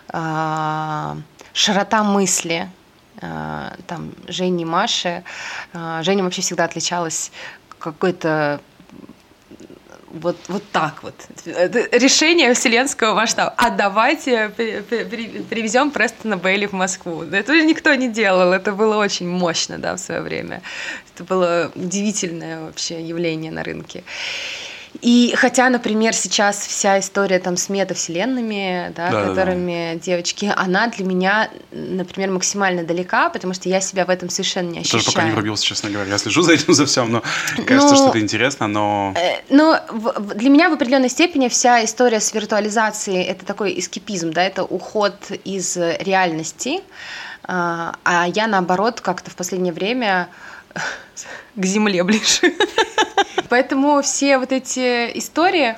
широта мысли Жени и Маши. Женя вообще всегда отличалась какой-то вот так вот. Это решение вселенского масштаба. А давайте привезем Престона Бейли в Москву. Это уже никто не делал. Это было очень мощно, да, в свое время. Это было удивительное вообще явление на рынке. И хотя, например, сейчас вся история там с метавселенными, да, которыми девочки, она для меня, например, максимально далека, потому что я себя в этом совершенно не ощущаю. Тоже пока не врубился, честно говоря. Я слежу за этим, за всем, но кажется, что это интересно, но... Для меня в определенной степени вся история с виртуализацией — это такой эскепизм, да, это уход из реальности, а я, наоборот, как-то в последнее время к земле ближе. Поэтому все вот эти истории,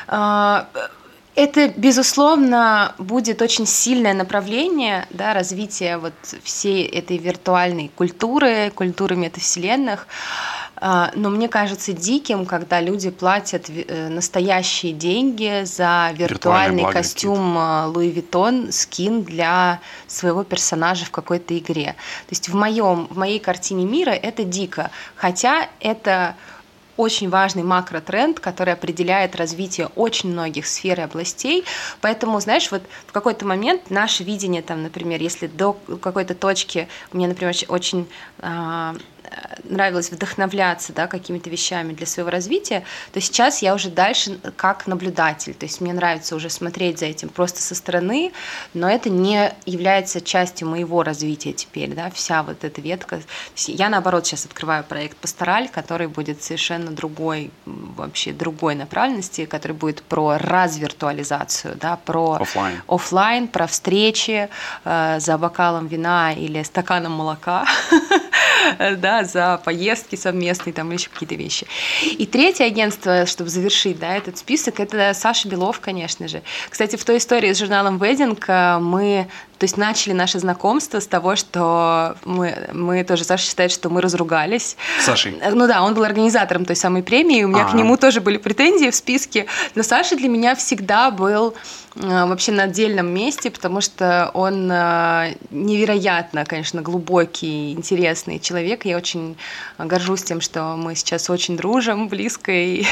это, безусловно, будет очень сильное направление, да, развития вот всей этой виртуальной культуры метавселенных. Но мне кажется диким, когда люди платят настоящие деньги за виртуальный костюм Луи Виттон, скин для своего персонажа в какой-то игре. То есть в моей картине мира это дико, хотя это очень важный макротренд, который определяет развитие очень многих сфер и областей. Поэтому, знаешь, вот в какой-то момент наше видение, там, например, если до какой-то точки мне, например, очень нравилось вдохновляться, да, какими-то вещами для своего развития, то сейчас я уже дальше как наблюдатель. То есть мне нравится уже смотреть за этим просто со стороны, но это не является частью моего развития теперь, да, вся вот эта ветка. Я, наоборот, сейчас открываю проект «Пастораль», который будет совершенно другой направленности, который будет про развиртуализацию, да, про офлайн, про встречи за бокалом вина или стаканом молока, да, за поездки совместные там, или еще какие-то вещи. И третье агентство, чтобы завершить, да, этот список, это Саша Белов, конечно же. Кстати, в той истории с журналом Wedding мы, то есть, начали наше знакомство с того, что мы тоже, Саша считает, что мы разругались. Сашей? Ну да, он был организатором той самой премии, у меня к нему тоже были претензии в списке, но Саша для меня всегда был вообще на отдельном месте, потому что он невероятно, конечно, глубокий, интересный человек. Я очень горжусь тем, что мы сейчас очень дружим, близко, и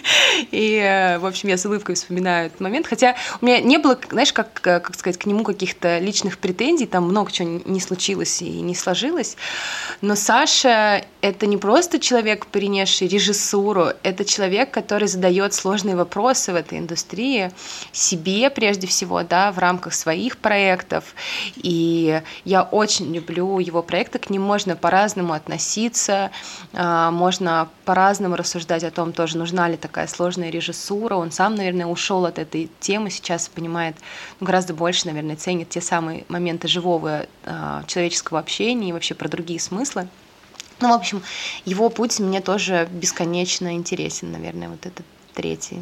в общем, я с улыбкой вспоминаю этот момент. Хотя у меня не было, знаешь, как сказать, к нему каких-то личных претензий, там много чего не случилось и не сложилось. Но Саша — это не просто человек, перенесший режиссуру, это человек, который задает сложные вопросы в этой индустрии себе, прежде всего, да, в рамках своих проектов. И я очень люблю его проекты, к ним можно по-разному относиться, можно по-разному рассуждать о том, тоже нужна ли такая сложная режиссура. Он сам, наверное, ушел от этой темы, сейчас понимает гораздо больше, наверное, ценит те самые моменты живого человеческого общения и вообще про другие смыслы. Ну, в общем, его путь мне тоже бесконечно интересен, наверное, вот этот третий.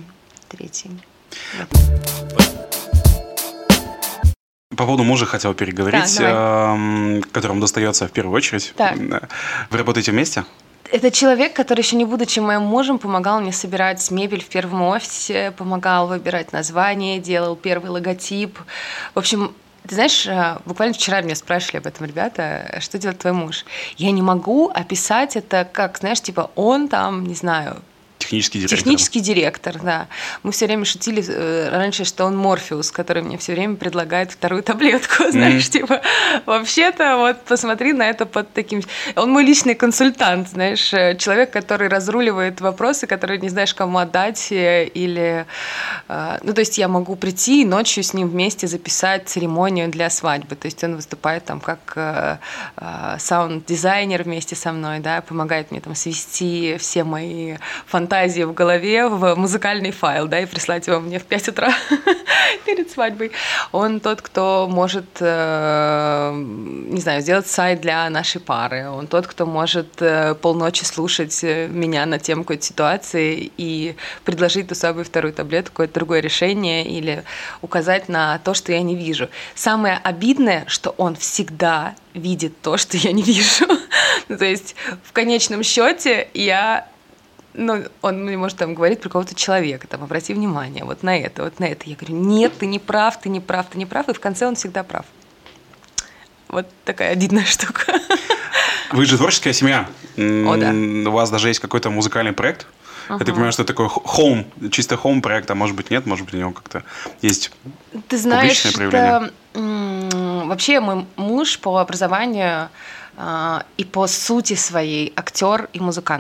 По поводу мужа хотел переговорить, которому достается в первую очередь. Так. Вы работаете вместе? Это человек, который, еще не будучи моим мужем, помогал мне собирать мебель в первом офисе, помогал выбирать название, делал первый логотип. В общем, ты знаешь, буквально вчера меня спрашивали об этом ребята, что делает твой муж. Я не могу описать это как, знаешь, типа он там, не знаю... Технический директор, да. Мы все время шутили раньше, что он Морфеус, который мне все время предлагает вторую таблетку, знаешь, типа, вообще-то, вот посмотри на это под таким... Он мой личный консультант, знаешь, человек, который разруливает вопросы, которые не знаешь, кому отдать, или... Ну, то есть я могу прийти и ночью с ним вместе записать церемонию для свадьбы, то есть он выступает там как саунд-дизайнер вместе со мной, да, помогает мне там свести все мои фантазии в голове в музыкальный файл, да, и прислать его мне в 5 утра перед свадьбой. Он тот, кто может, не знаю, сделать сайт для нашей пары. Он тот, кто может полночи слушать меня на тему какой-то ситуации и предложить ту самую вторую таблетку, какое-то другое решение или указать на то, что я не вижу. Самое обидное, что он всегда видит то, что я не вижу. То есть в конечном счете он мне может там говорить про кого-то человека, там, обрати внимание, вот на это, вот на это. Я говорю, нет, ты не прав, и в конце он всегда прав. Вот такая обидная штука. Вы же творческая семья. О, да. У вас даже есть какой-то музыкальный проект. Я так понимаю, что это такой чисто хоум-проект, а может быть нет, может быть у него как-то есть публичное проявление. Вообще мой муж по образованию и по сути своей актер и музыкант.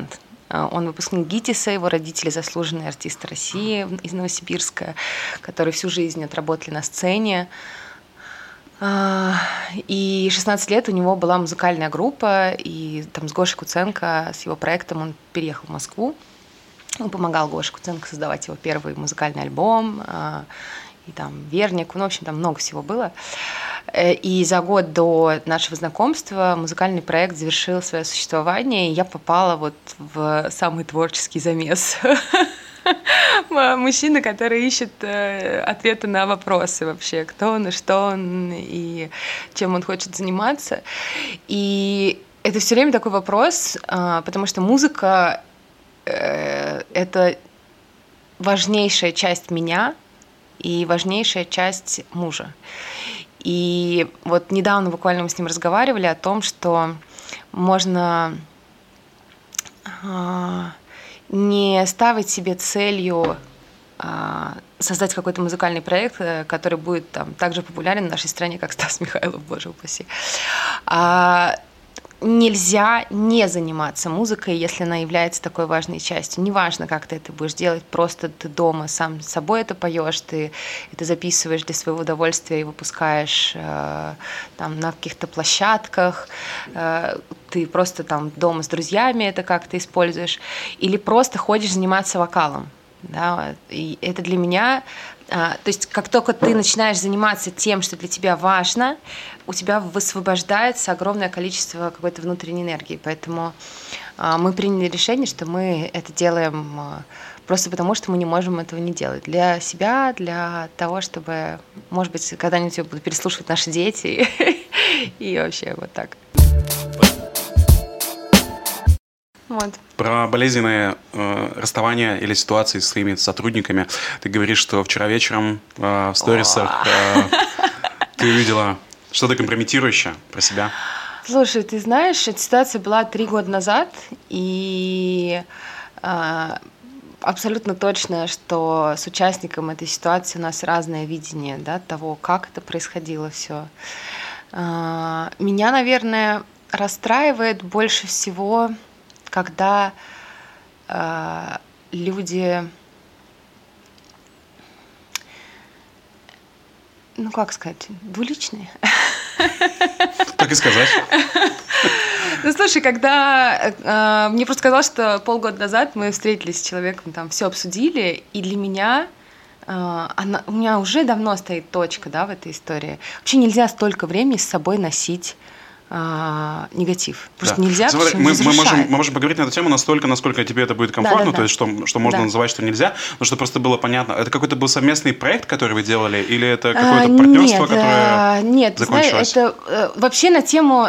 Он выпускник ГИТИСа, его родители заслуженные артисты России из Новосибирска, которые всю жизнь отработали на сцене. И 16 лет у него была музыкальная группа, и там с Гошей Куценко, с его проектом он переехал в Москву. Он помогал Гоше Куценко создавать его первый музыкальный альбом, и там Верник, ну, в общем, там много всего было. И за год до нашего знакомства музыкальный проект завершил свое существование, и я попала вот в самый творческий замес. Мужчина, который ищет ответы на вопросы вообще, кто он и что он, и чем он хочет заниматься. И это все время такой вопрос, потому что музыка — это важнейшая часть меня и важнейшая часть мужа. И вот недавно буквально мы с ним разговаривали о том, что можно не ставить себе целью создать какой-то музыкальный проект, который будет там так же популярен в нашей стране, как Стас Михайлов, боже упаси. Нельзя не заниматься музыкой, если она является такой важной частью. Неважно, как ты это будешь делать, просто ты дома сам с собой это поешь, ты это записываешь для своего удовольствия и выпускаешь там на каких-то площадках, ты просто там дома с друзьями это как-то используешь, или просто ходишь заниматься вокалом. Да? И это для меня... То есть как только ты начинаешь заниматься тем, что для тебя важно, у тебя высвобождается огромное количество какой-то внутренней энергии. Поэтому мы приняли решение, что мы это делаем просто потому, что мы не можем этого не делать. Для себя, для того, чтобы, может быть, когда-нибудь будут переслушивать наши дети и вообще вот так. Вот. Про болезненные расставания или ситуации с своими сотрудниками. Ты говоришь, что вчера вечером в сторисах ты увидела что-то компрометирующее про себя. Слушай, ты знаешь, эта ситуация была 3 года назад, и абсолютно точно, что с участником этой ситуации у нас разное видение, да, того, как это происходило все. Меня, наверное, расстраивает больше всего, когда люди, ну как сказать, двуличные. Так и сказать. Ну слушай, когда мне просто казалось, что полгода назад мы встретились с человеком, там все обсудили, и для меня у меня уже давно стоит точка, да, в этой истории. Вообще нельзя столько времени с собой носить негатив. Просто нельзя, потому что мы можем поговорить на эту тему настолько, насколько тебе это будет комфортно, то есть что можно называть, что нельзя, но чтобы просто было понятно. Это какой-то был совместный проект, который вы делали, или это какое-то партнерство, которое закончилось? Нет, это вообще на тему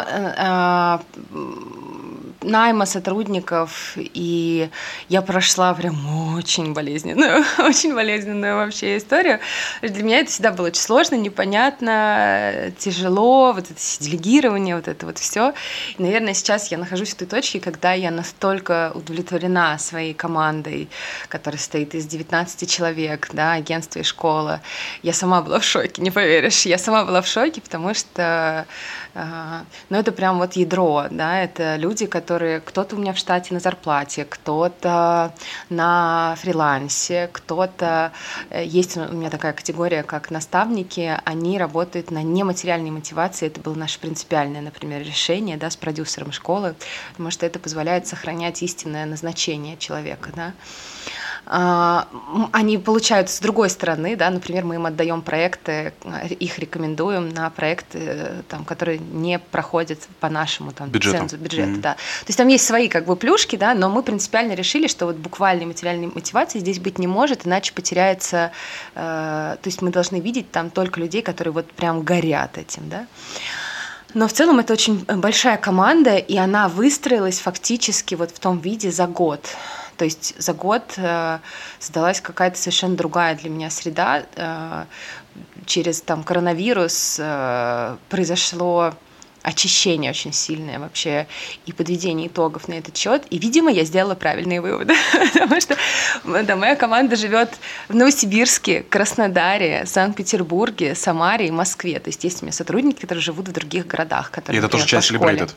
найма сотрудников, и я прошла прям очень болезненную вообще историю. Для меня это всегда было очень сложно, непонятно, тяжело, вот это делегирование, вот это вот все. И, наверное, сейчас я нахожусь в той точке, когда я настолько удовлетворена своей командой, которая состоит из 19 человек, да, агентство и школа. Я сама была в шоке, не поверишь. Я сама была в шоке, потому что это прям вот ядро, да, это люди, которые, кто-то у меня в штате на зарплате, кто-то на фрилансе, кто-то, есть у меня такая категория, как наставники, они работают на нематериальной мотивации, это было наше принципиальное, например, решение, да, с продюсером школы, потому что это позволяет сохранять истинное назначение человека, да. Они получают с другой стороны, да, например, мы им отдаем проекты, их рекомендуем на проекты, там, которые не проходят по нашему там, цензу бюджета. Да. То есть там есть свои как бы плюшки, да, но мы принципиально решили, что вот буквальной материальной мотивации здесь быть не может, иначе потеряется, то есть мы должны видеть там только людей, которые вот прям горят этим, да. Но в целом это очень большая команда, и она выстроилась фактически вот в том виде за год. То есть за год создалась какая-то совершенно другая для меня среда. Через там, коронавирус произошло очищение очень сильное вообще и подведение итогов на этот счет. И, видимо, я сделала правильные выводы, потому что да, моя команда живет в Новосибирске, Краснодаре, Санкт-Петербурге, Самаре и Москве. То есть есть у меня сотрудники, которые живут в других городах. И это тоже часть Celebrated?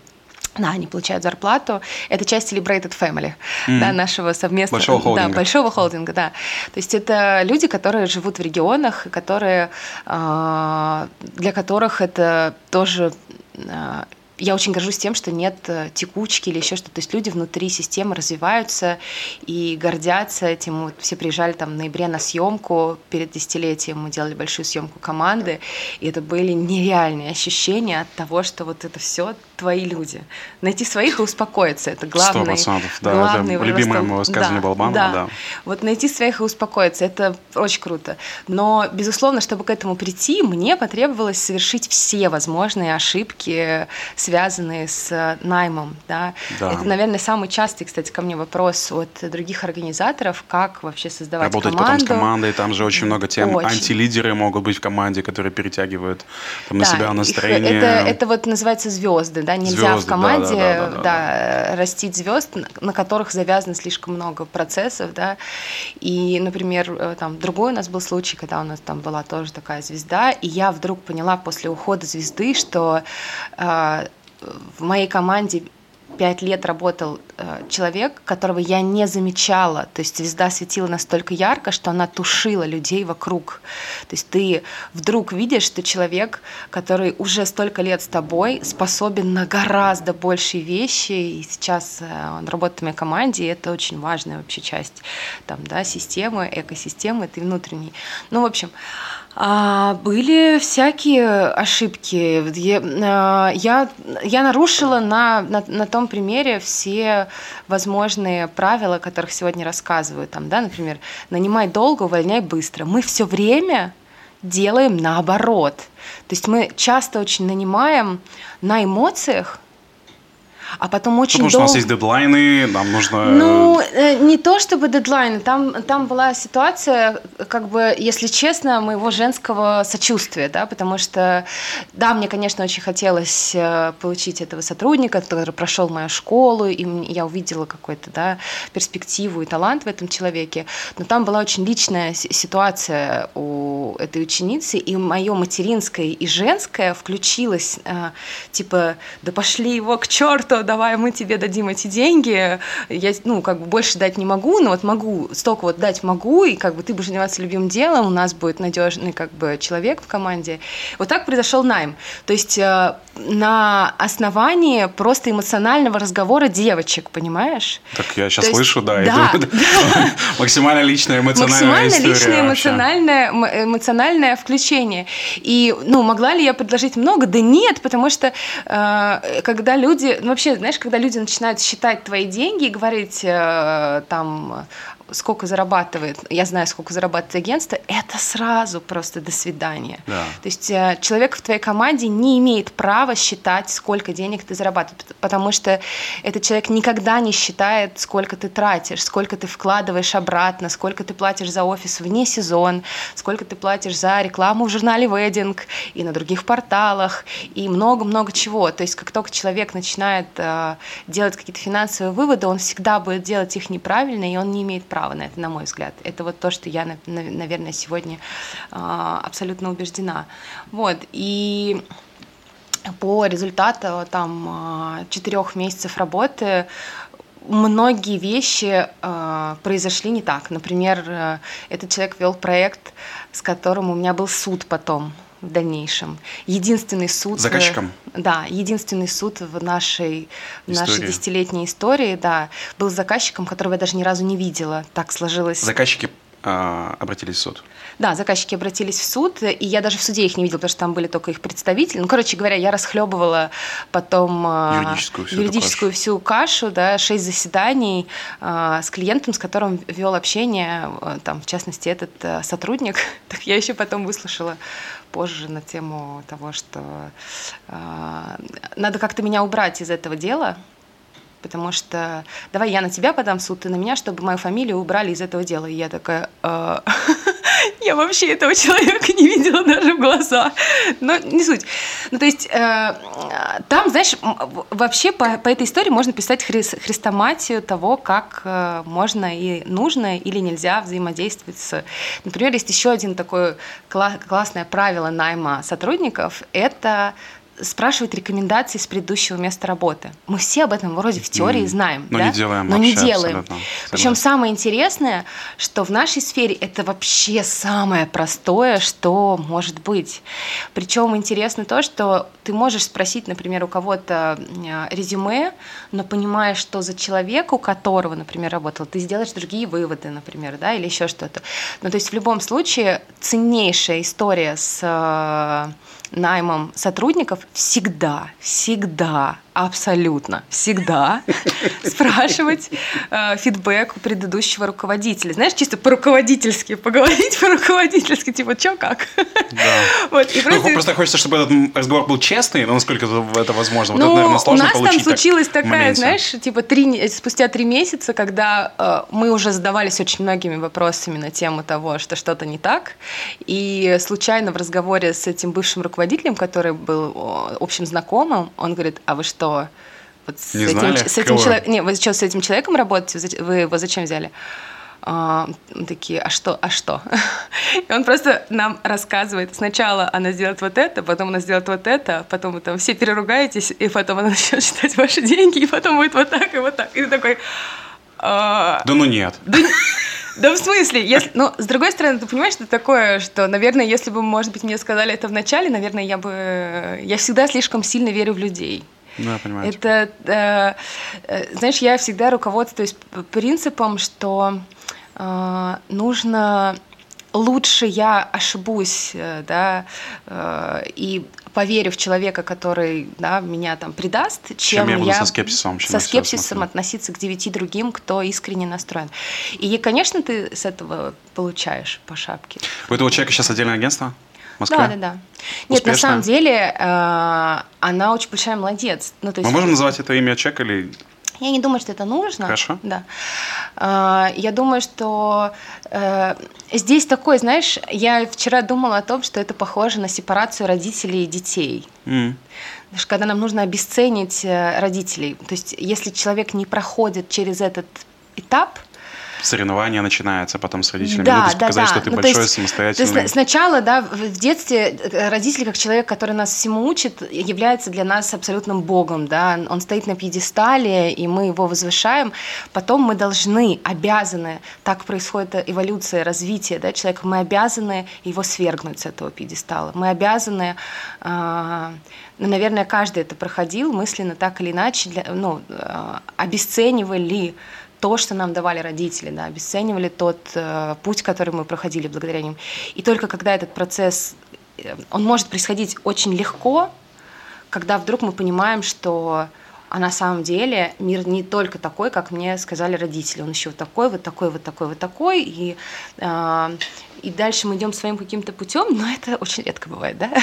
Да, они получают зарплату. Это часть Celebrated Family, да, нашего совместного... Большого холдинга. Да, большого холдинга, да. То есть это люди, которые живут в регионах, которые, для которых это тоже... Я очень горжусь тем, что нет текучки или еще что-то. То есть люди внутри системы развиваются и гордятся этим. Вот все приезжали там в ноябре на съемку перед десятилетием. Мы делали большую съемку команды. И это были нереальные ощущения от того, что вот это все твои люди. Найти своих и успокоиться. Это главный. 100%. Да, это любимое мое высказывание Балабанова. Да. Вот найти своих и успокоиться. Это очень круто. Но, безусловно, чтобы к этому прийти, мне потребовалось совершить все возможные ошибки, связанные с наймом. Да? Да. Это, наверное, самый частый, кстати, ко мне вопрос от других организаторов, как вообще создавать работать команду. Работать потом с командой, там же очень много тем. Очень. Антилидеры могут быть в команде, которые перетягивают там, на себя настроение. Это вот называется звезды. Да? Нельзя в команде растить звезд, на которых завязано слишком много процессов. Да? И, например, там, другой у нас был случай, когда у нас там была тоже такая звезда, и я вдруг поняла после ухода звезды, что в моей команде 5 лет работал человек, которого я не замечала. То есть звезда светила настолько ярко, что она тушила людей вокруг. То есть ты вдруг видишь, что человек, который уже столько лет с тобой, способен на гораздо большие вещи. И сейчас он работает в моей команде, и это очень важная вообще часть там, да, системы, экосистемы, этой внутренней. Ну, в общем... были всякие ошибки. Я нарушила на том примере все возможные правила, о которых сегодня рассказываю. Там, да, например, нанимай долго, увольняй быстро. Мы все время делаем наоборот. То есть мы часто очень нанимаем на эмоциях, а потом очень долго... Потому что у нас есть дедлайны, нам нужно... Ну, не то чтобы дедлайны, там была ситуация, как бы, если честно, моего женского сочувствия, да, потому что, да, мне, конечно, очень хотелось получить этого сотрудника, который прошел мою школу, и я увидела какую-то, да, перспективу и талант в этом человеке, но там была очень личная ситуация у этой ученицы, и мое материнское и женское включилось, типа, да пошли его к черту, давай мы тебе дадим эти деньги, я, ну, как бы больше дать не могу, но вот могу, столько вот дать могу, и как бы ты будешь заниматься любимым делом, у нас будет надежный как бы человек в команде. Вот так произошел найм. То есть на основании просто эмоционального разговора девочек, понимаешь? Так я сейчас слышу, да, максимально личная эмоциональная история. Максимально личное эмоциональное включение. И, ну, могла ли я предложить много? Да нет, потому что когда люди, ну, вообще, знаешь, когда люди начинают считать твои деньги и говорить там, сколько зарабатывает, я знаю, сколько зарабатывает агентство, это сразу просто до свидания. Да. То есть человек в твоей команде не имеет права считать, сколько денег ты зарабатываешь, потому что этот человек никогда не считает, сколько ты тратишь, сколько ты вкладываешь обратно, сколько ты платишь за офис вне сезон, сколько ты платишь за рекламу в журнале Wedding и на других порталах, и много-много чего. То есть как только человек начинает делать какие-то финансовые выводы, он всегда будет делать их неправильно, и он не имеет права на это, на мой взгляд. Это вот то, что я, наверное, сегодня абсолютно убеждена. Вот. И по результату там 4 месяцев работы многие вещи произошли не так. Например, этот человек вел проект, с которым у меня был суд потом, в дальнейшем. Единственный суд... Заказчиком? Да, единственный суд в нашей 10-летней истории, да, был с заказчиком, которого я даже ни разу не видела. Так сложилось. Заказчики обратились в суд? Да, заказчики обратились в суд, и я даже в суде их не видела, потому что там были только их представители. Ну, короче говоря, я расхлебывала потом юридическую всю кашу, да, 6 заседаний с клиентом, с которым вел общение, там, в частности, этот сотрудник. Так я еще потом выслушала позже на тему того, что надо как-то меня убрать из этого дела, потому что давай я на тебя подам в суд, ты на меня, чтобы мою фамилию убрали из этого дела. И я такая, я вообще этого человека не видела даже в глаза. Но не суть. Ну, то есть там, знаешь, вообще по этой истории можно писать хрестоматию того, как можно и нужно или нельзя взаимодействовать с... Например, есть еще один такое классное правило найма сотрудников – это спрашивать рекомендации с предыдущего места работы. Мы все об этом вроде в теории знаем, но да? не делаем но вообще, не делаем. абсолютно. Причем самое интересное, что в нашей сфере это вообще самое простое, что может быть. Причем интересно то, что ты можешь спросить, например, у кого-то резюме, но понимаешь, что за человек, у которого, например, работал, ты сделаешь другие выводы, например, да, или еще что-то. Ну, то есть в любом случае ценнейшая история с наймом сотрудников всегда, абсолютно всегда спрашивать фидбэк у предыдущего руководителя. Знаешь, чисто по-руководительски поговорить, по-руководительски, типа, чё, как? Да. Вот, и Просто хочется, чтобы этот разговор был честный, но насколько это возможно. Вот ну, это, наверное, сложно получить. У нас там случилась так, такая, знаешь, типа спустя 3 месяца, когда мы уже задавались очень многими вопросами на тему того, что что-то не так, и случайно в разговоре с этим бывшим руководителем, который был общим знакомым, он говорит: а вы что, вот с этим человеком, не, вы что, с этим человеком работаете, вы его зачем взяли? Мы такие: а что? И он просто нам рассказывает: сначала она сделает вот это, потом она сделает вот это, потом вы там все переругаетесь, и потом она начнет считать ваши деньги, и потом будет вот так и вот так. И ты такой: да ну нет. Да в смысле? Ну, с другой стороны, ты понимаешь, что такое, что, наверное, если бы, может быть, мне сказали это в начале, наверное, я всегда слишком сильно верю в людей. Да, понимаю. Это, знаешь, я всегда руководствуюсь принципом, что нужно лучше я ошибусь, да, и поверю в человека, который, да, меня там предаст, чем я буду со скепсисом относиться к 9 другим, кто искренне настроен. И, конечно, ты с этого получаешь по шапке. У этого человека сейчас отдельное агентство? В Москве? Да. Нет, на самом деле она очень большая молодец. Ну, то есть, мы можем называть это имя человека или... Я не думаю, что это нужно. Хорошо. Да. Я думаю, что здесь такой, знаешь, я вчера думала о том, что это похоже на сепарацию родителей и детей. Потому что когда нам нужно обесценить родителей, то есть если человек не проходит через этот этап, соревнования начинаются потом с родителями. Надо показать, что ты большой, самостоятельный. То есть сначала, да, в детстве родитель, как человек, который нас всему учит, является для нас абсолютным богом, да, он стоит на пьедестале, и мы его возвышаем. Потом мы обязаны, так происходит эволюция, развитие, да, человека, мы обязаны его свергнуть с этого пьедестала. Мы обязаны, наверное, каждый это проходил мысленно так или иначе, обесценивали то, что нам давали родители, да, обесценивали тот путь, который мы проходили благодаря ним. И только когда этот процесс, он может происходить очень легко, когда вдруг мы понимаем, что на самом деле мир не только такой, как мне сказали родители, он еще вот такой, вот такой, вот такой, вот такой, и дальше мы идем своим каким-то путем, но это очень редко бывает, да?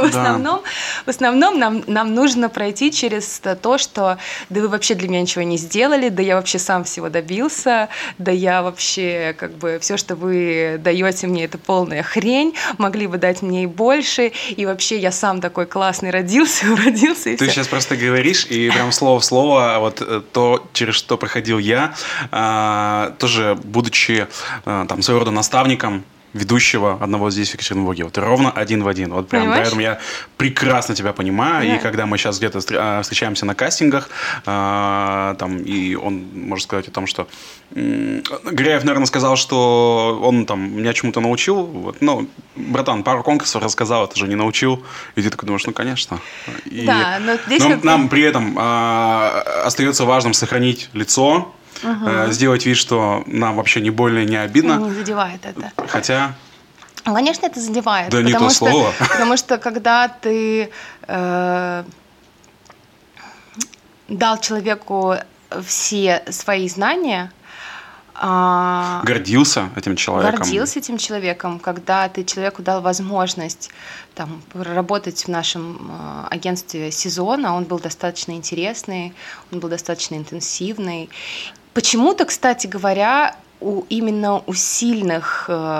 В основном нам нужно пройти через то, что да вы вообще для меня ничего не сделали, да я вообще сам всего добился, да я вообще все, что вы даете мне, это полная хрень, могли бы дать мне и больше, и вообще я сам такой классный родился, уродился, и ты все. Сейчас просто говоришь, и прям слово в слово, вот то, через что проходил я, тоже будучи там своего рода наставником ведущего одного здесь в Екатеринбурге. Вот ровно один в один. Вот прям, понимаешь? Поэтому я прекрасно тебя понимаю. Да. И когда мы сейчас где-то встречаемся на кастингах, там, и он может сказать о том, что Греев, наверное, сказал, что он там меня чему-то научил. Вот, ну, братан, пару конкурсов рассказал, это же не научил. И ты такой думаешь, ну, конечно. И, да, но здесь нам при этом остается важным сохранить лицо, сделать вид, что нам вообще не больно и не обидно. Не задевает это. Хотя... Конечно, это задевает. Да не то слово. Потому что когда ты дал человеку все свои знания... Гордился этим человеком. Когда ты человеку дал возможность там, работать в нашем агентстве сезона, он был достаточно интересный, он был достаточно интенсивный. Почему-то, кстати говоря, именно у сильных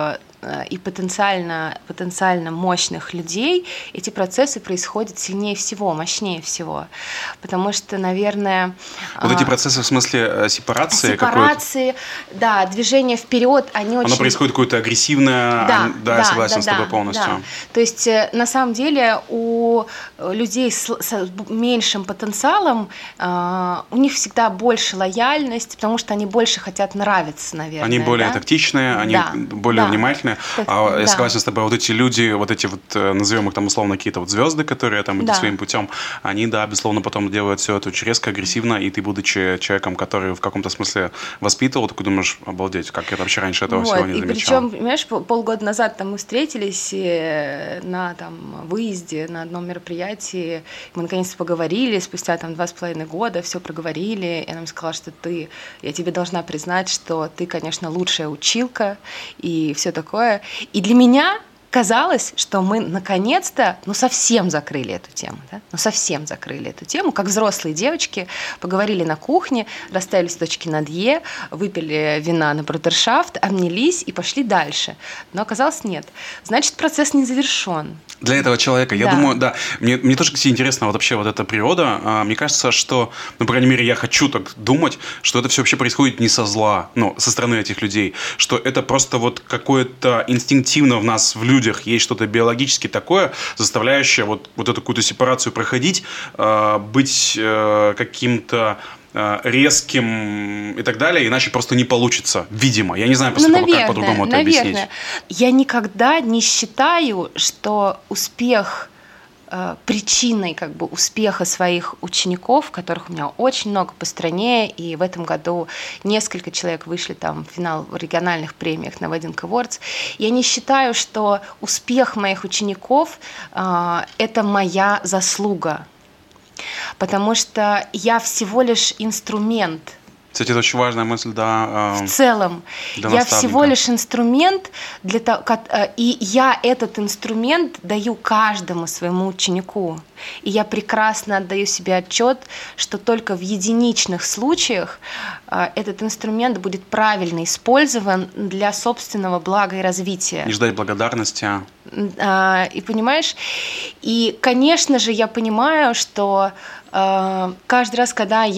и потенциально мощных людей, эти процессы происходят сильнее всего, мощнее всего. Потому что, наверное... Вот эти процессы в смысле сепарации? Сепарации, да, движение вперед, они очень... Оно происходит какое-то агрессивное, я согласен с тобой полностью. Да. То есть, на самом деле, у людей с меньшим потенциалом у них всегда больше лояльности, потому что они больше хотят нравиться, наверное. Они более тактичные, они более внимательные. Я согласен с тобой, вот эти люди, вот эти вот, назовем их там условно какие-то вот звезды, которые там идут своим путем, они, безусловно, потом делают все это очень резко, агрессивно, и ты, будучи человеком, который в каком-то смысле воспитывал, такой думаешь, обалдеть, как я вообще раньше этого всего не замечал. И причем, понимаешь, полгода назад там мы встретились на выезде на одном мероприятии, мы наконец-то поговорили, спустя 2,5 года все проговорили, и она мне сказала, что я тебе должна признать, что ты, конечно, лучшая училка и все такое. И для меня казалось, что мы наконец-то, совсем закрыли эту тему, да? Совсем закрыли эту тему, как взрослые девочки поговорили на кухне, расставили точки над «е», выпили вина на брудершафт, обнялись и пошли дальше. Но оказалось, нет. Значит, процесс не завершен. Для этого человека, я думаю, мне тоже, кстати, интересна вообще вот эта природа. Мне кажется, что, по крайней мере, я хочу так думать, что это все вообще происходит не со зла, со стороны этих людей, что это просто вот какое-то инстинктивно в нас, в людях, есть что-то биологически такое, заставляющее вот эту какую-то сепарацию проходить, быть каким-то резким и так далее, иначе просто не получится, видимо. Я не знаю, как по-другому это объяснить. Я никогда не считаю, что успех причиной успеха своих учеников, которых у меня очень много по стране, и в этом году несколько человек вышли в финал в региональных премиях на Wedding Awards. Я не считаю, что успех моих учеников это моя заслуга, потому что я всего лишь инструмент. Кстати, это очень важная мысль, В целом, я всего лишь инструмент, и я этот инструмент даю каждому своему ученику. И я прекрасно отдаю себе отчет, что только в единичных случаях этот инструмент будет правильно использован для собственного блага и развития. Не ждать благодарности. И понимаешь? И, конечно же, я понимаю, что каждый раз, когда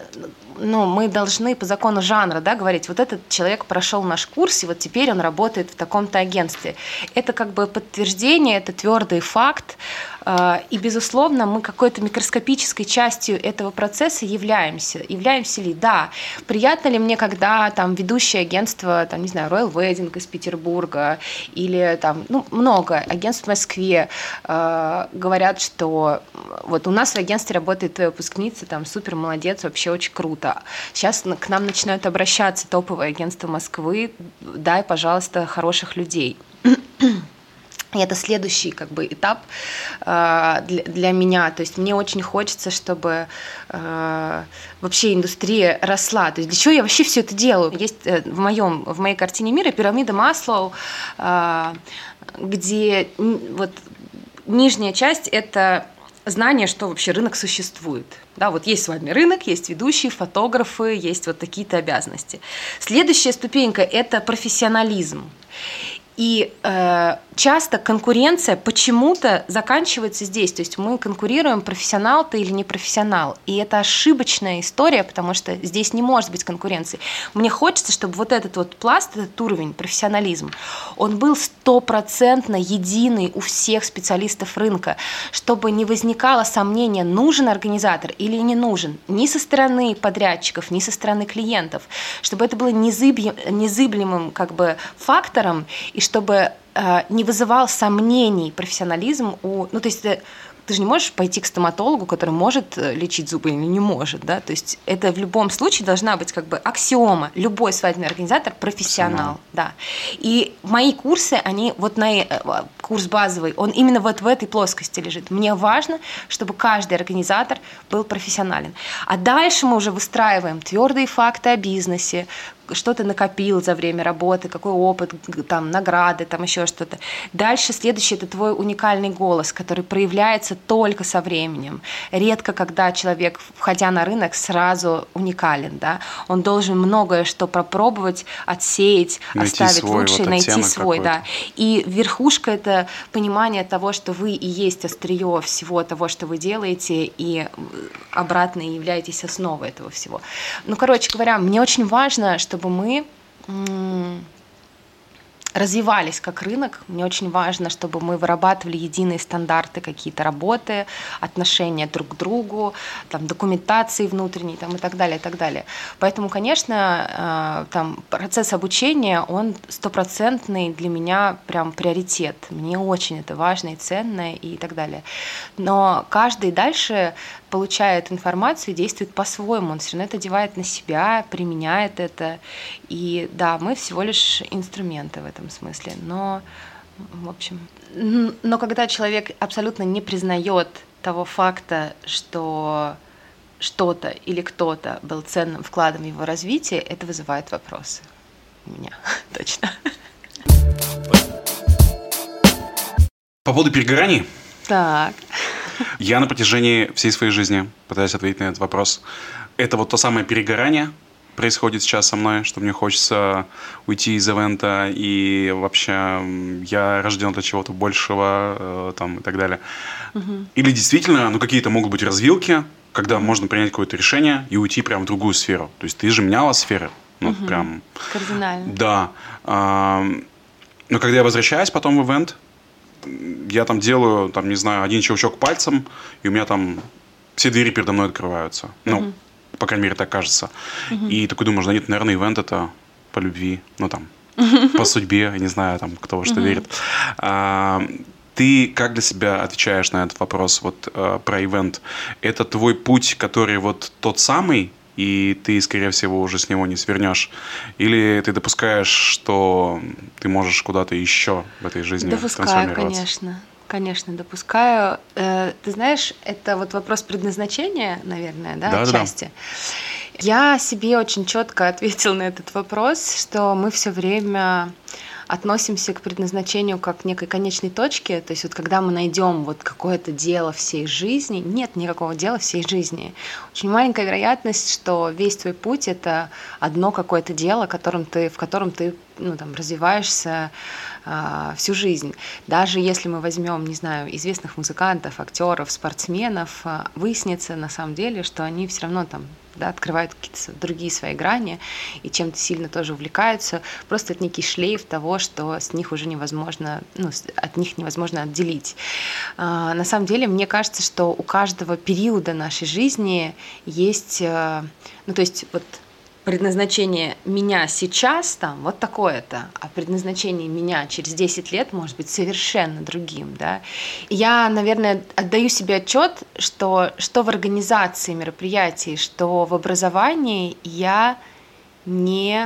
мы должны по закону жанра говорить, вот этот человек прошел наш курс, и вот теперь он работает в таком-то агентстве. Это подтверждение, это твердый факт, и, безусловно, мы какой-то микроскопической частью этого процесса являемся. Являемся ли? Да. Приятно ли мне, когда ведущее агентство, Royal Wedding из Петербурга или много агентств в Москве говорят, что вот у нас в агентстве работает твоя выпускница, супер молодец, вообще очень круто. Сейчас к нам начинают обращаться топовые агентства Москвы, дай, пожалуйста, хороших людей. И это следующий этап для меня. То есть мне очень хочется, чтобы вообще индустрия росла. То есть для чего я вообще все это делаю? Есть в моей картине мира пирамида Маслоу, где нижняя часть – это знание, что вообще рынок существует. Да, вот есть с вами рынок, есть ведущие, фотографы, есть такие-то обязанности. Следующая ступенька – это профессионализм. И часто конкуренция почему-то заканчивается здесь. То есть мы конкурируем, профессионал ты или не профессионал. И это ошибочная история, потому что здесь не может быть конкуренции. Мне хочется, чтобы этот пласт, этот уровень, профессионализм, он был 100% единый у всех специалистов рынка, чтобы не возникало сомнения, нужен организатор или не нужен, ни со стороны подрядчиков, ни со стороны клиентов, чтобы это было незыблемым фактором, и чтобы не вызывал сомнений профессионализм то есть ты же не можешь пойти к стоматологу, который может лечить зубы или не может, да, то есть это в любом случае должна быть аксиома. Любой свадебный организатор – профессионал, да. И мои курсы, они курс базовый, он именно в этой плоскости лежит. Мне важно, чтобы каждый организатор был профессионален. А дальше мы уже выстраиваем твердые факты о бизнесе, что ты накопил за время работы, какой опыт, там, награды, там еще что-то. Дальше следующий – это твой уникальный голос, который проявляется только со временем. Редко, когда человек, входя на рынок, сразу уникален, да? Он должен многое что попробовать, отсеять, оставить лучшее, найти свой, да. И верхушка – это понимание того, что вы и есть острие всего того, что вы делаете, и обратно являетесь основой этого всего. Ну, короче говоря, мне очень важно, чтобы мы развивались как рынок. Мне очень важно, чтобы мы вырабатывали единые стандарты, какие-то работы, отношения друг к другу, там, документации внутренней там, и так далее, и так далее. Поэтому, конечно, там, процесс обучения, он стопроцентный для меня прям приоритет. Мне очень это важно и ценно и так далее. Но каждый дальше получает информацию и действует по-своему. Он все равно это одевает на себя, применяет это. И да, мы всего лишь инструменты в этом смысле. Но, в общем... Но когда человек абсолютно не признает того факта, что что-то или кто-то был ценным вкладом в его развитие, это вызывает вопросы. У меня точно. По поводу перегораний. Так. Я на протяжении всей своей жизни пытаюсь ответить на этот вопрос. Это вот то самое перегорание происходит сейчас со мной, что мне хочется уйти из ивента, и вообще я рожден для чего-то большего, там, и так далее. Или действительно, ну, какие-то могут быть развилки, когда можно принять какое-то решение и уйти прямо в другую сферу. То есть ты же меняла сферы. Ну, прям... Кардинально. Да. Но когда я возвращаюсь потом в ивент, я там делаю, там, не знаю, один щелчок пальцем, и у меня там все двери передо мной открываются. Ну, по крайней мере, так кажется. И такой думаешь, да нет, наверное, ивент это по любви, ну, там, по судьбе, я не знаю, там, кто во что верит. Ты как для себя отвечаешь на этот вопрос вот про ивент? Это твой путь, который вот тот самый, и ты, скорее всего, уже с него не свернешь? Или ты допускаешь, что ты можешь куда-то еще в этой жизни трансформироваться? Допускаю, конечно, допускаю. Ты знаешь, это вот вопрос предназначения, наверное, да, отчасти. Да. Я себе очень четко ответила на этот вопрос, что мы все время относимся к предназначению как к некой конечной точке, то есть вот когда мы найдем вот какое-то дело всей жизни, нет никакого дела всей жизни. Очень маленькая вероятность, что весь твой путь — это одно какое-то дело, в котором ты ну, там, развиваешься всю жизнь. Даже если мы возьмем, не знаю, известных музыкантов, актеров, спортсменов, выяснится на самом деле, что они все равно там, да, открывают какие-то другие свои грани и чем-то сильно тоже увлекаются. Просто это некий шлейф того, что с них уже невозможно, ну, от них невозможно отделить. На самом деле, мне кажется, что у каждого периода нашей жизни есть, ну, то есть вот предназначение меня сейчас там вот такое-то, а предназначение меня через 10 лет может быть совершенно другим, да. И я, наверное, отдаю себе отчет, что в организации мероприятий, что в образовании я не...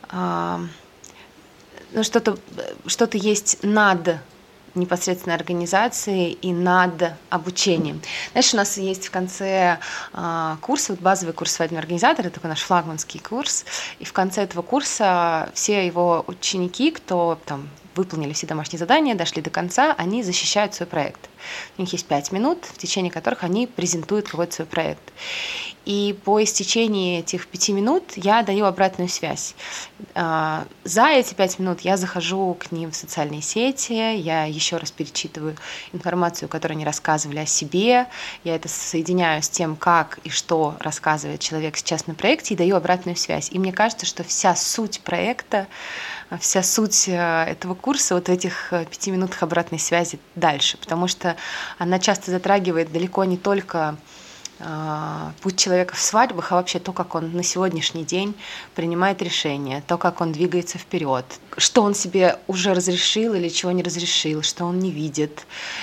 ну, что-то есть над непосредственно организации и над обучением. Знаешь, у нас есть в конце курса, вот базовый курс «Свадебный организатор», это такой наш флагманский курс, и в конце этого курса все его ученики, кто там выполнили все домашние задания, дошли до конца, они защищают свой проект. У них есть 5 минут, в течение которых они презентуют какой-то свой проект. И по истечении этих 5 минут я даю обратную связь. За эти 5 минут я захожу к ним в социальные сети, я еще раз перечитываю информацию, которую они рассказывали о себе, я это соединяю с тем, как и что рассказывает человек сейчас на проекте, и даю обратную связь. И мне кажется, что вся суть проекта, вся суть этого курса вот в этих 5 минутах обратной связи дальше, потому что она часто затрагивает далеко не только путь человека в свадьбах, а вообще то, как он на сегодняшний день принимает решения, то, как он двигается вперед, что он себе уже разрешил или чего не разрешил, что он не видит.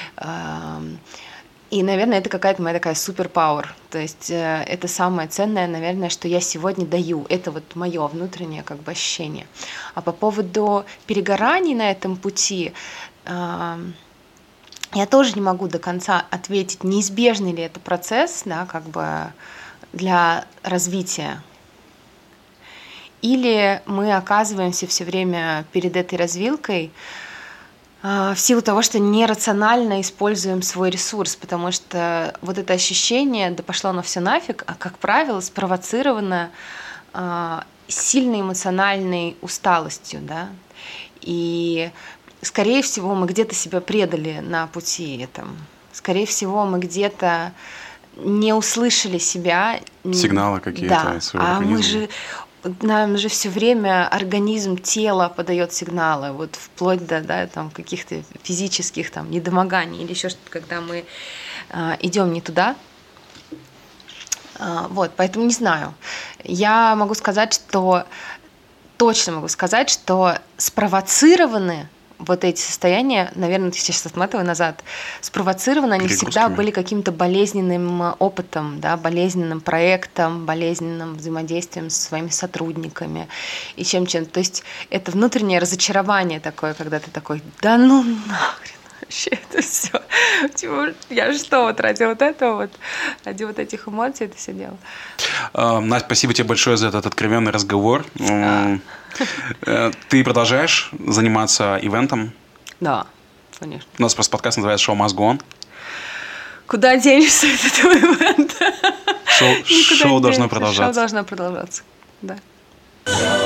И, наверное, это какая-то моя такая суперпауэр. То есть это самое ценное, наверное, что я сегодня даю. Это вот мое внутреннее как бы ощущение. А по поводу перегораний на этом пути, я тоже не могу до конца ответить, неизбежный ли это процесс, да, как бы для развития. или мы оказываемся все время перед этой развилкой в силу того, что нерационально используем свой ресурс, потому что вот это ощущение, да пошло оно все нафиг, как правило, спровоцировано сильной эмоциональной усталостью, да, и, скорее всего, мы где-то себя предали на пути этом, скорее всего, мы где-то не услышали себя. Сигналы какие-то. Да, нам же все время организм, тело подает сигналы, вот вплоть до там, каких-то физических там, недомоганий или еще что-то, когда мы идем не туда. Вот, поэтому не знаю. Я могу сказать, что точно могу сказать, что спровоцированы вот эти состояния, наверное, я сейчас отматываю назад, спровоцированы они всегда были каким-то болезненным опытом, да, болезненным проектом, болезненным взаимодействием со своими сотрудниками и чем-то. То есть это внутреннее разочарование такое, когда ты такой, да ну нахрен. Вообще это все. Я что, вот ради вот этого вот, ради вот этих эмоций это все делала. Настя, спасибо тебе большое за этот откровенный разговор. Ты продолжаешь заниматься ивентом? Да, конечно. У нас просто подкаст называется «Show Must Go On». Куда денешься от этого ивента? Шоу должно продолжаться. Шоу должно продолжаться, да.